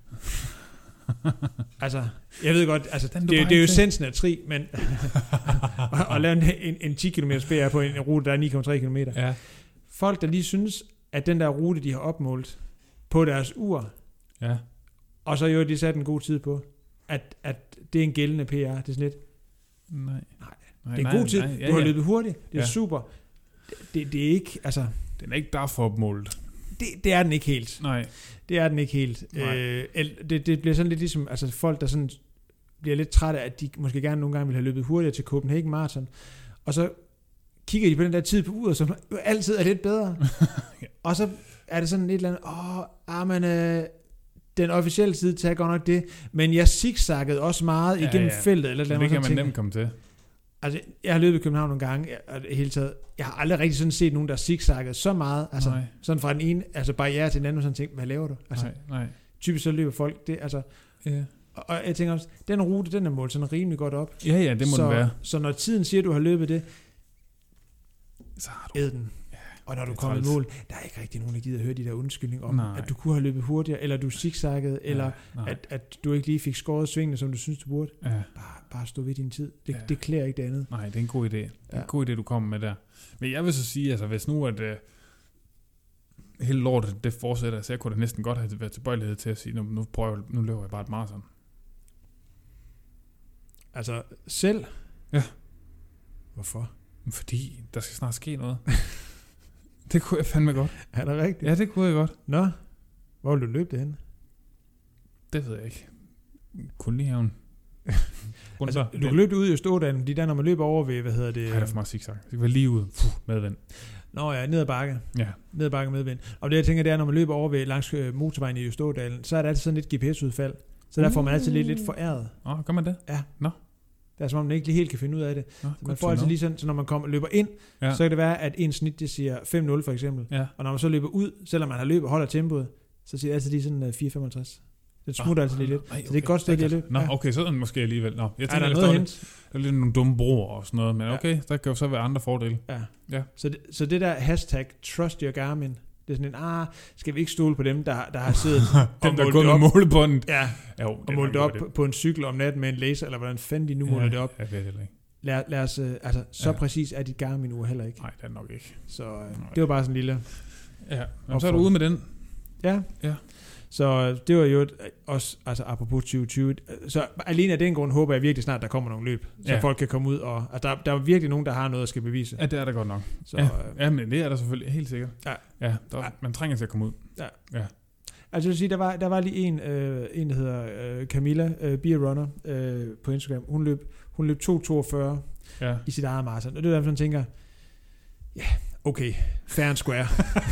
Altså, jeg ved godt, altså, Den det, du det, bare det er jo ikke essensen af tri, men at, at lave en, en, en ti kilometer P R på en, en rute, der er ni komma tre kilometer. Ja, Folk, der lige synes, at den der rute, de har opmålt på deres ur, ja. og så jo, de sat en god tid på, at, at det er en gældende P R. Det er sådan lidt, Nej. Nej. Nej, det er en nej, god tid, nej, ja, du har ja. løbet hurtigt, det er Ja. super. Det, det, det er ikke, altså, Den er ikke derfor opmålt. det, det er den ikke helt. Nej. Det er den ikke helt. Øh, el- det, det bliver sådan lidt ligesom, altså folk, der sådan bliver lidt trætte af, at de måske gerne nogle gange vil have løbet hurtigere til Copenhagen Marathon, og så kigger de på den der tid på uret, som jo altid er lidt bedre. Ja. Og så er det sådan lidt eller andet, åh, ah, men, øh, den officielle side tager godt nok det, men jeg zigzaggede også meget Ja, igennem ja. feltet. Eller Det noget, kan sådan man ting. nemt komme til. Altså, jeg har løbet i København nogle gange, og det hele taget, jeg har aldrig rigtig sådan set nogen, der zigzaggede så meget, altså Nej. sådan fra den ene altså barriere til den anden, og sådan tænkt, hvad laver du? Altså, Nej, nej. typisk så løber folk, det, altså, Ja. og, og jeg tænker også, den rute, den er målt sådan rimelig godt op. Ja, ja, det må så, den være. Så når tiden siger, at du har løbet det, Så har du. æd den. Og når du det er kommer i træls. mål, der er ikke rigtig nogen, der gider at høre de der undskyldninger om, Nej. at du kunne have løbet hurtigere, eller du zigzaggede, Ja, eller nej. at, at du ikke lige fik skåret svingene, som du synes, du burde. Ja. Bare, bare stå ved din tid. Det, Ja. det klæder ikke det andet. Nej, det er en god idé. Det er Ja. en god idé, du kommer med der. Men jeg vil så sige, altså hvis nu at uh, hele lortet, det fortsætter, så jeg kunne da næsten godt have været tilbøjelighed til at sige, nu, nu, prøver jeg, nu løber jeg bare et maraton. Altså, selv? Ja. Hvorfor? Fordi der skal snart ske noget. Det kunne jeg fandme godt. Er det rigtigt? Ja, det kunne jeg godt. Nå, hvor vil du løbe det hen? Det ved jeg ikke. Kolonihaven. Altså, du kan løbe det ud i Stådalen, fordi der, når man løber over ved, hvad hedder det? Nej, det er for meget zigzag. Det kan være lige ud. Puh, medvind. Nå ja, ned ad bakke. Ja. Ned ad bakke medvind. Og det jeg tænker, det er, når man løber over ved langs øh, motorvejen i Stådalen, så er der altid sådan lidt G P S-udfald. Så der får man altid lidt, lidt foræret. Åh, oh, gør man det? Ja. Nå. Det er som om, man ikke lige helt kan finde ud af det. Nå, Man får altid lige sådan, så når man kommer, løber ind, ja. ja. så kan det være, at en snit, det siger fem nul for eksempel. Ja. Og når man så løber ud, selvom man har løbet og holder tempoet, så siger det altid lige sådan uh, fire femoghalvtreds. Det smutter altid lige lidt. Ej, okay. Så det er et godt sted, jeg løb. Nå, Ja. okay, så er den måske alligevel. Nå, jeg Er tænker, der der noget at står hente? der er lidt nogle dumme broer og sådan noget, men Ja. okay, der kan jo så være andre fordele. Ja. Ja. Så, det, så det der hashtag trust your Garmin, det er sådan en, ah, skal vi ikke stole på dem, der, der har siddet Dem, og der målt går det med op, målebåndet. ja, Jo, og målt det op på, på en cykel om natten med en laser, eller hvordan fanden de nu måler ja, det op. Jeg ved det heller ikke. Lad, lad os, øh, altså, så Ja. præcis er dit Garmin-ur heller ikke. Nej, det er det nok ikke. Så øh, Nej. det var bare sådan en lille... Ja, men så er du ude med den. Ja. Ja. Så øh, det var jo et, også, altså apropos tyve tyve, øh, så alene af den grund håber jeg virkelig snart, der kommer nogle løb, så Ja. folk kan komme ud, og altså, der, der er virkelig nogen, der har noget at skal bevise. Ja, det er der godt nok. Så, Ja. øh, Ja, men det er der selvfølgelig helt sikkert. Ja. Ja, der, Ja. man trænger til at komme ud. altså jeg vil sige, der var, der var lige en, øh, en der hedder øh, Camilla, øh, Beer Runner, øh, på Instagram, hun løb, hun løb to toogfyrre Ja. i sit eget maraton, og det er der, man tænker, ja, okay, fair and square.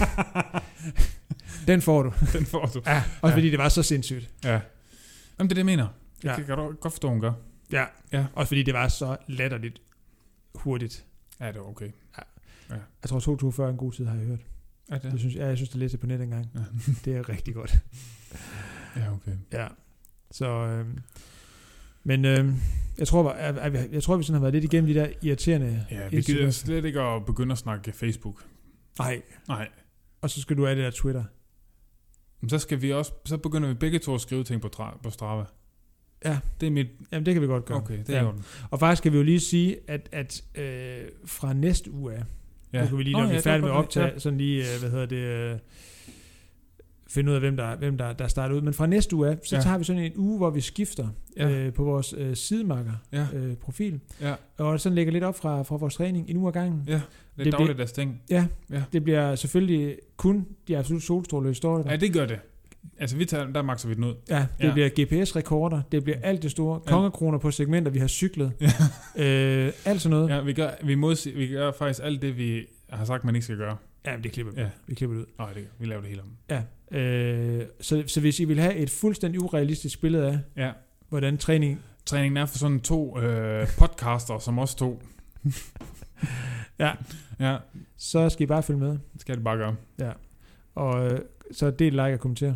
Den får du. Den får du. Ja, også ja. Fordi det var så sindssygt. Ja. Jamen, det er det, jeg mener. Ja. Det kan du godt forstå, hun gør. Ja. Ja. Også fordi det var så latterligt hurtigt. Ja, det var okay. Ja. Ja. Jeg tror to tusind og fyrre er en god tid, har jeg hørt. Er det? Det synes, ja, jeg synes, det læste på net engang. Ja. Det er rigtig godt. Ja, okay. Ja. Så, øhm, men øhm, jeg tror, jeg, jeg, jeg tror, vi sådan har været lidt igennem de der irriterende... Ja, vi gider slet ikke at begynde at snakke Facebook. Nej. Nej. Og så skal du have det der Twitter. Men så skal vi også, så begynder vi begge to at skrive ting på, tra- på Strava. Ja. Det er mit... Jamen, det kan vi godt gøre. Okay, det er ja. godt. Og faktisk skal vi jo lige sige, at, at øh, fra næste uge af, ja. Nu kan vi lige, når oh, vi er ja, færdige med at optage, ja. Sådan lige, øh, hvad hedder det... Øh, finde ud af, hvem der, hvem der, der starter ud. Men fra næste uge af, så ja. tager vi sådan en uge, hvor vi skifter ja. øh, på vores øh, sidemarker ja. øh, profil. Ja. Og sådan lægger lidt op fra, fra vores træning en uge ad gangen. Ja, det er dagligdags ting. Ja, ja, det bliver selvfølgelig kun de absolut solstrålede historier. Ja, det gør det. Altså, vi tager, der makser vi den ud. Ja, det ja. bliver G P S-rekorder, det bliver alt det store. Ja. Kongekroner på segmenter, vi har cyklet. Ja. Øh, alt sådan noget. Ja, vi gør, vi, modsig, vi gør faktisk alt det, vi har sagt, man ikke skal gøre. Ja, men det klipper vi. Ja. Vi klipper det ud. Nej, det vi laver det hele om. Ja. Øh, så, så hvis I vil have et fuldstændig urealistisk billede af, ja. hvordan træning... Træningen er for sådan to øh, podcaster, som også to. ja. ja. Så skal I bare følge med. Det skal det bare gøre. Ja. Og øh, så del, like og kommentere.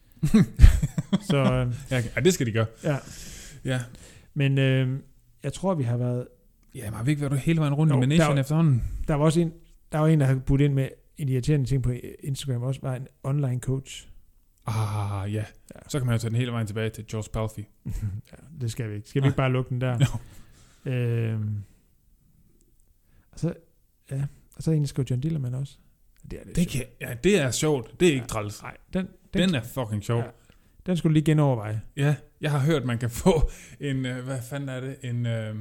så, øh, ja, det skal de gøre. Ja. Ja. Men øh, jeg tror, vi har været... Ja, men har vi ikke været hele vejen rundt i Nation efterhånden? Der var også en, der var en, der havde budt ind med en irriterende ting på Instagram, også var en online coach. Ah, ja. ja. Så kan man jo tage den hele vejen tilbage til George Palfy. ja, det skal vi ikke. Skal vi ikke bare lukke den der? No. Øhm, og så, ja, og så egentlig skrev John Dillermand også. Det er, det det kan, ja, det er sjovt. Det er ikke ja. træls. Nej, den, den, den er fucking sjov. Ja. Den skulle du lige genoverveje. Ja, jeg har hørt, man kan få en, øh, hvad fanden er det, en... Øh,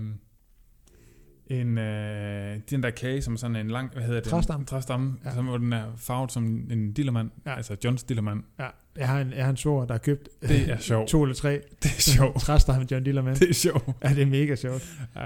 En, øh, den der kage, som sådan en lang, hvad hedder det? Træstamme. Træstamme, ja. Som den er farvet som en dillermand, ja. Altså Johns dillermand. Ja, jeg har en, jeg har en svoger, der har købt det er sjovt. to eller tre. Det er sjovt. Træstamme John Dillermand. Det er sjovt. Ja, det er mega sjovt. Ja.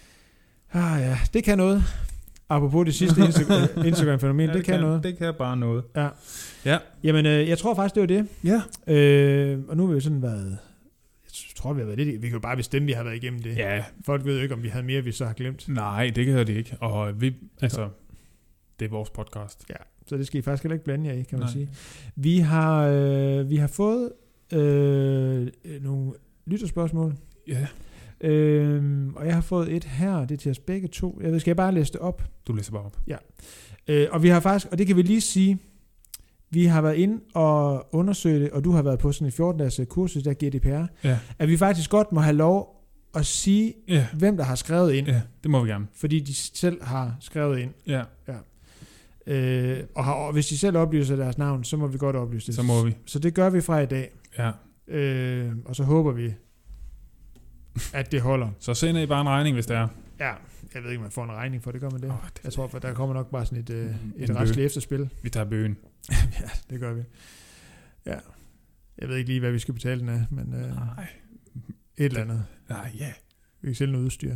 Ah ja, det kan noget. Apropos det sidste Insta- Instagram-fænomen, ja, det, det kan, kan noget. Det kan bare noget. Ja. Ja. Jamen, øh, jeg tror faktisk, det var det. Ja. Øh, og nu har vi jo sådan været... Jeg tror, vi har været lidt... Vi kan jo bare bestemme, at vi har været igennem det. Ja. Folk ved jo ikke, om vi havde mere, vi så har glemt. Nej, det kan de ikke. Og vi... Altså, det er vores podcast. Ja, så det skal I faktisk heller ikke blande jer i, kan man Nej. sige. Vi har, øh, vi har fået øh, nogle lytterspørgsmål. Ja. Øh, og jeg har fået et her, det er til os begge to. Jeg ved, skal jeg bare læse det op? Du læser bare op. Ja. Øh, og vi har faktisk... Og det kan vi lige sige... Vi har været inde og undersøgt det, og du har været på sådan en fjorten-dages kursus, der G D P R, ja. At vi faktisk godt må have lov at sige, ja. Hvem der har skrevet ind. Ja, det må vi gerne. Fordi de selv har skrevet ind. Ja. Ja. Øh, og, har, og hvis de selv oplyser deres navn, så må vi godt oplyse det. Så må vi. Så det gør vi fra i dag. Ja. Øh, og så håber vi, at det holder. Så sender I bare en regning, hvis det er. Ja. Jeg ved ikke, om man får en regning for det, gør man det? Oh, det jeg tror, for der kommer nok bare sådan et, øh, et bø. retsligt efterspil. Vi tager bøgen. ja, det gør vi. Ja. Jeg ved ikke lige, hvad vi skal betale den af, men øh, Nej. et eller andet. Nej, ja. Yeah. Vi kan sælge noget udstyr.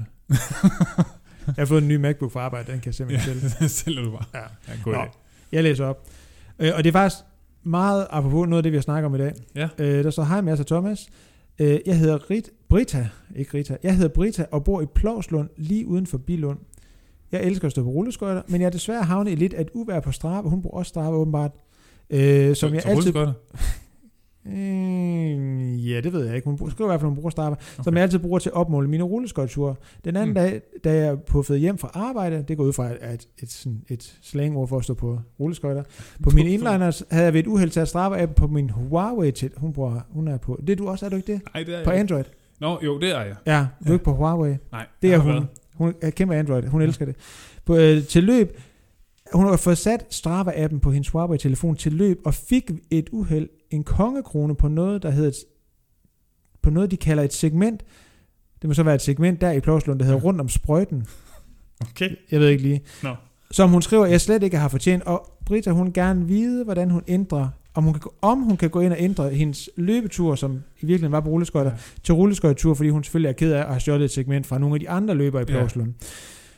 Jeg har fået en ny MacBook fra arbejde, den kan jeg simpelthen ja, sælge. sælger du bare. Ja. Ja, god idé. Jeg læser op. Øh, og det er faktisk meget apropos noget af det, vi har snakket om i dag. Ja. Øh, der står, hej Mads og Thomas. Øh, jeg hedder Rit, Brita, ikke Rita. Jeg hedder Brita og bor i Plovslund, lige uden for Billund. Jeg elsker at stå på rulleskøjter, men jeg er desværre havnet i lidt af et uvejr på Strava. Hun bruger også Strava åbenbart. Øh, som så, jeg så altid... Øh, ja, det ved jeg ikke. Hun skriver i hvert fald, hun bruger Strava, okay. Som jeg altid bruger til at opmåle mine rulleskøjture. Den anden mm. dag, da jeg puffede hjem fra arbejde, det går ud fra et, et, et, et slangord for at stå på rulleskøjter. På mine inliners havde jeg ved et uheld taget Strava-app på min Huawei til. Hun, bruger, hun er på. Det er du også, er du ikke det? Nej, det er på jeg. Android. Nå, jo, det er jeg. Ja, du er ja. Ikke på Huawei. Nej. Det er hun. Været. Hun er kæmpe Android. Hun ja. Elsker det. På, øh, til løb. Hun har fået sat Strava-appen på hendes Huawei-telefon til løb, og fik et uheld, en kongekrone på noget, der hedder, på noget, de kalder et segment. Det må så være et segment der i Plovslund, der hedder ja. Rundt om sprøjten. Okay. Jeg ved ikke lige. No. Som hun skriver, jeg slet ikke har fortjent, og Brita, hun gerne vide, hvordan hun ændrer, om hun, kan, om hun kan gå ind og ændre hendes løbetur, som i virkeligheden var på rulleskøjter, ja. Til rulleskøjtetur, fordi hun selvfølgelig er ked af at have stjålet et segment fra nogle af de andre løbere i Plovslund.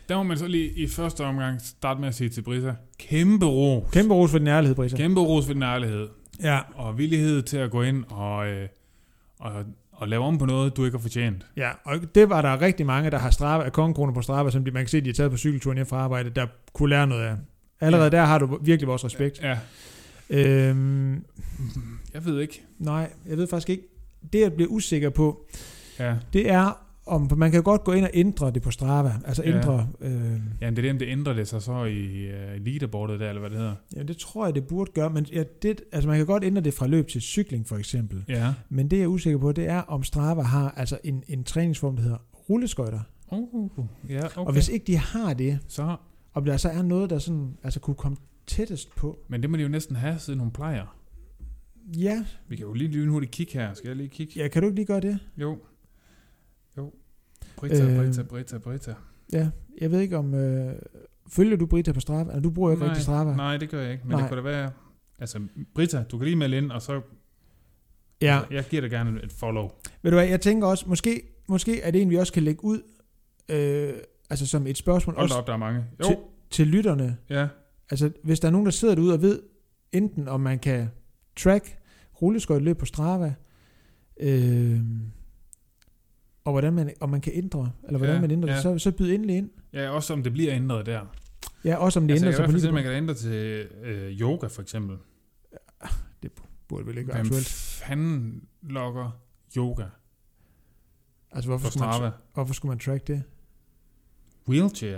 Der må man så lige i første omgang starte med at sige til Britta, kæmpe ros. Kæmpe ros for din ærlighed, Britta. Kæmpe ros for din ærlighed. Ja. Og villighed til at gå ind og, øh, og, og lave om på noget, du ikke har fortjent. Ja, og det var der rigtig mange, der har Strava, kongekroner på Strava, som man kan se, de er taget på cykelturen hjem fra arbejde, der kunne lære noget af. Allerede ja. Der har du virkelig vores respekt. Ja. Øhm, jeg ved ikke. Nej, jeg ved faktisk ikke. Det, jeg bliver usikker på, ja. det er, om man kan godt gå ind og ændre det på Strava. Altså ja. ændre... Øh, ja, det er det, om det ændrer det sig så i uh, leaderboardet der, eller hvad det hedder. Ja, det tror jeg, det burde gøre. Men ja, det, altså man kan godt ændre det fra løb til cykling, for eksempel. Ja. Men det, jeg er usikker på, det er, om Strava har altså en, en træningsform, der hedder rulleskøjter. Uh, ja, okay. Og hvis ikke de har det, så... om der så er noget, der sådan, altså kunne komme tættest på. Men det må de jo næsten have, siden hun plejer. Ja. Vi kan jo lige lige hurtigt kigge her. Skal jeg lige kigge? Ja, kan du ikke lige gøre det? Jo. Jo. Britta, øh, Britta, Britta, Britta. Ja, jeg ved ikke om... Øh, følger du Britta på Strava? Eller du bruger ikke nej, rigtig Strava? Nej, det gør jeg ikke. Men nej. det kunne da være... Altså, Britta, du kan lige melde ind, og så... Ja. Altså, jeg giver dig gerne et follow. Ved du hvad, jeg tænker også, måske, måske er det en, vi også kan lægge ud, øh, altså som et spørgsmål... Hold også op, der er mange. Jo. Til, til lytterne. Ja. Altså, hvis der er nogen, der sidder derude og ved, enten om man kan track rulleskøjteløb på Strava, øh, og hvordan man, om man kan ændre, eller hvordan ja, man ændrer ja. det, så, så byd endelig ind. Ja, også om det bliver ændret der. Ja, også om det altså, ændrer sig på lige. Man kan ændre til øh, yoga, for eksempel. Ja, det burde vel ikke være Hvem aktuelt. fanden logger yoga? Altså, hvorfor skulle, man, hvorfor skulle man track det? Wheelchair.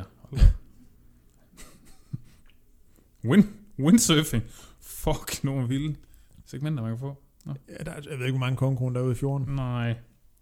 Wind, windsurfing. Fuck, nogle vilde segmenter, man kan få. Nå. Ja, der er, jeg ved ikke, hvor mange kongekroner der er ude i fjorden. Nej.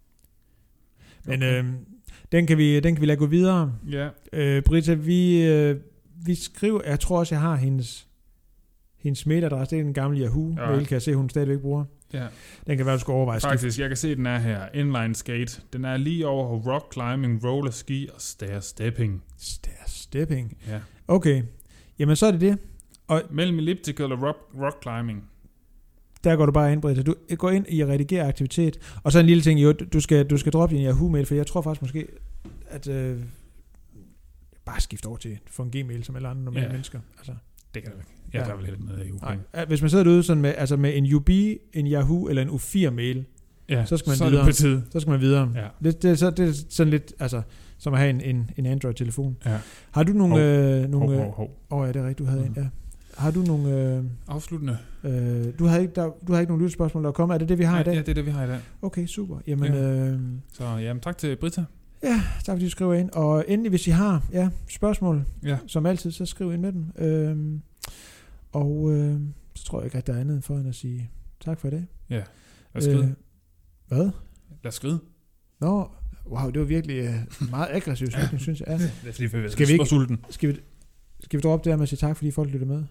Men okay. øh, den, kan vi, den kan vi lade gå videre. Ja. Øh, Britta, vi, øh, vi skriver, jeg tror også, jeg har hendes, hendes mailadresse, det er den gamle Yahoo-mail, ja. Kan jeg se, hun stadigvæk bruger. Ja. Den kan være, du skal overveje. Faktisk, jeg kan se, den er her. Inline skate. Den er lige over rock climbing, roller ski og stair stepping. Stair stepping? Ja. Okay. Jamen, så er det det. Og mellem elliptical og rock, rock climbing. Der går du bare ind, Britta. Du går ind i redigere aktivitet. Og så en lille ting, jo, du skal, du skal droppe din Yahoo-mail, for jeg tror faktisk måske, at øh, bare skifte over til for en Gmail, som alle andre normale ja. mennesker. Altså, det kan du ikke. Jeg ja. gør vel lidt noget i U K. Hvis man sidder derude sådan med, altså med en U B, en Yahoo eller en U fire-mail, ja, så skal man så videre. Det så skal man videre. Ja. Det, det, så, det er sådan lidt, altså, som at have en, en, en Android-telefon. Ja. Har du nogle... Hov. Øh, nogle hov, hov, hov. Åh oh, ja, det er rigtigt, du havde mm. en, ja. Har du nogle... Øh, Afsluttende. Øh, du, har ikke, der, du har ikke nogen lytspørgsmål, der er kommet. Er det det, vi har ja, i dag? Ja, det er det, vi har i dag. Okay, super. Jamen, ja. øh, så jamen, tak til Britta. Ja, tak fordi du skriver ind. Og endelig, hvis I har ja, spørgsmål, ja. som altid, så skriv ind med dem. Øh, og øh, så tror jeg ikke, at der er andet for end at sige tak for i dag. Ja, lad os skride. Øh, hvad? Lad os skride. Nå, wow, det var virkelig uh, meget aggressivt, ja. synes jeg. Ja. Det er fordi, vi skal vi ikke, sulten. Skal vi, skal vi droppe det her med at sige tak, fordi folk lytter med?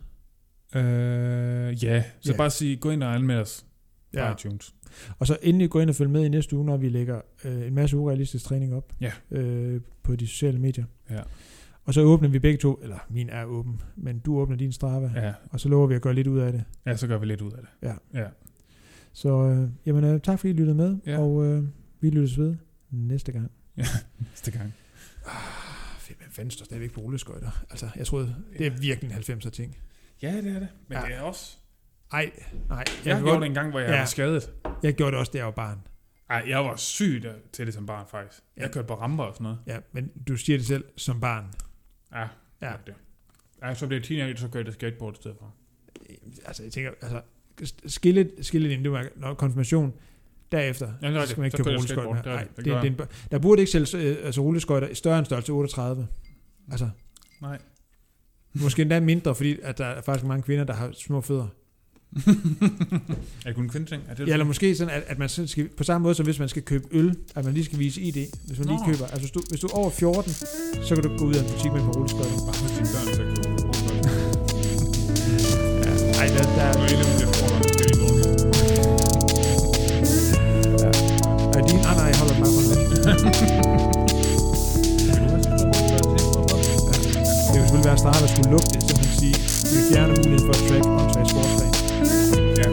Øh, ja, så ja. bare sige, gå ind og anmeld os på ja. iTunes. Og så endelig gå ind og følge med i næste uge, når vi lægger øh, en masse urealistisk træning op ja. øh, på de sociale medier. Ja. Og så åbner vi begge to, eller min er åben, men du åbner din Strava, ja. og så lover vi at gøre lidt ud af det. Ja, så gør vi lidt ud af det. Ja. ja. Så øh, jamen, øh, tak fordi I lyttede med, ja. og øh, vi lyttes ved næste gang. Ja, næste gang. Ah, fedt, men fanden står stadigvæk på rulleskøjter. Altså, jeg troede, det er virkelig en halvfemser ting. Ja, det er det. Men ja. det er også... Ej, nej. Jeg, jeg gjorde det en gang, hvor jeg ja. var skadet. Jeg gjorde det også, da jeg var barn. Ej, jeg var syg der, til det som barn, faktisk. Jeg ja. kørte på ramper og sådan noget. Ja, men du siger det selv som barn. Ja, ja. det. Ja, så blev jeg teenager, så kørte jeg skateboard i stedet for. Altså, jeg tænker, altså, skillet, skillet ind, det var når konfirmation. Derefter, ja, så skal man ikke købe rulleskøjter. Det, Nej, det, det, det, det, der burde ikke sælges altså, rulleskøjter større end størrelse otteogtredive. Altså, nej. Måske endda mindre, fordi at der er faktisk mange kvinder, der har små fødder. Er det kun en kvindeting? Er det ja, eller måske sådan, at, at man skal, på samme måde som hvis man skal købe øl, at man lige skal vise I D, hvis man Nå. lige køber. Altså, hvis du, hvis du er over fjorten, så kan du gå ud af en butik med en par rulleskøjter. Bare hos dine børn, så kan du rulleskøjter. Ja, ej, der, der er... Nu er det en, der får mig, det er lidt dårligt. Ja. Er din... Ah, nej, jeg holder bare for noget. Det vil selvfølgelig være at starte at skulle lukke det, simpelthen sige, vi fjerner muligheden for at track on-track sportsgren. Ja.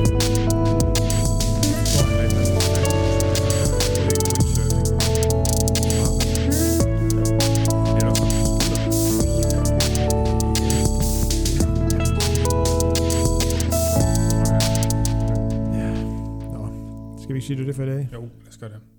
Siger du det for i dag? Jo, lad os gøre det.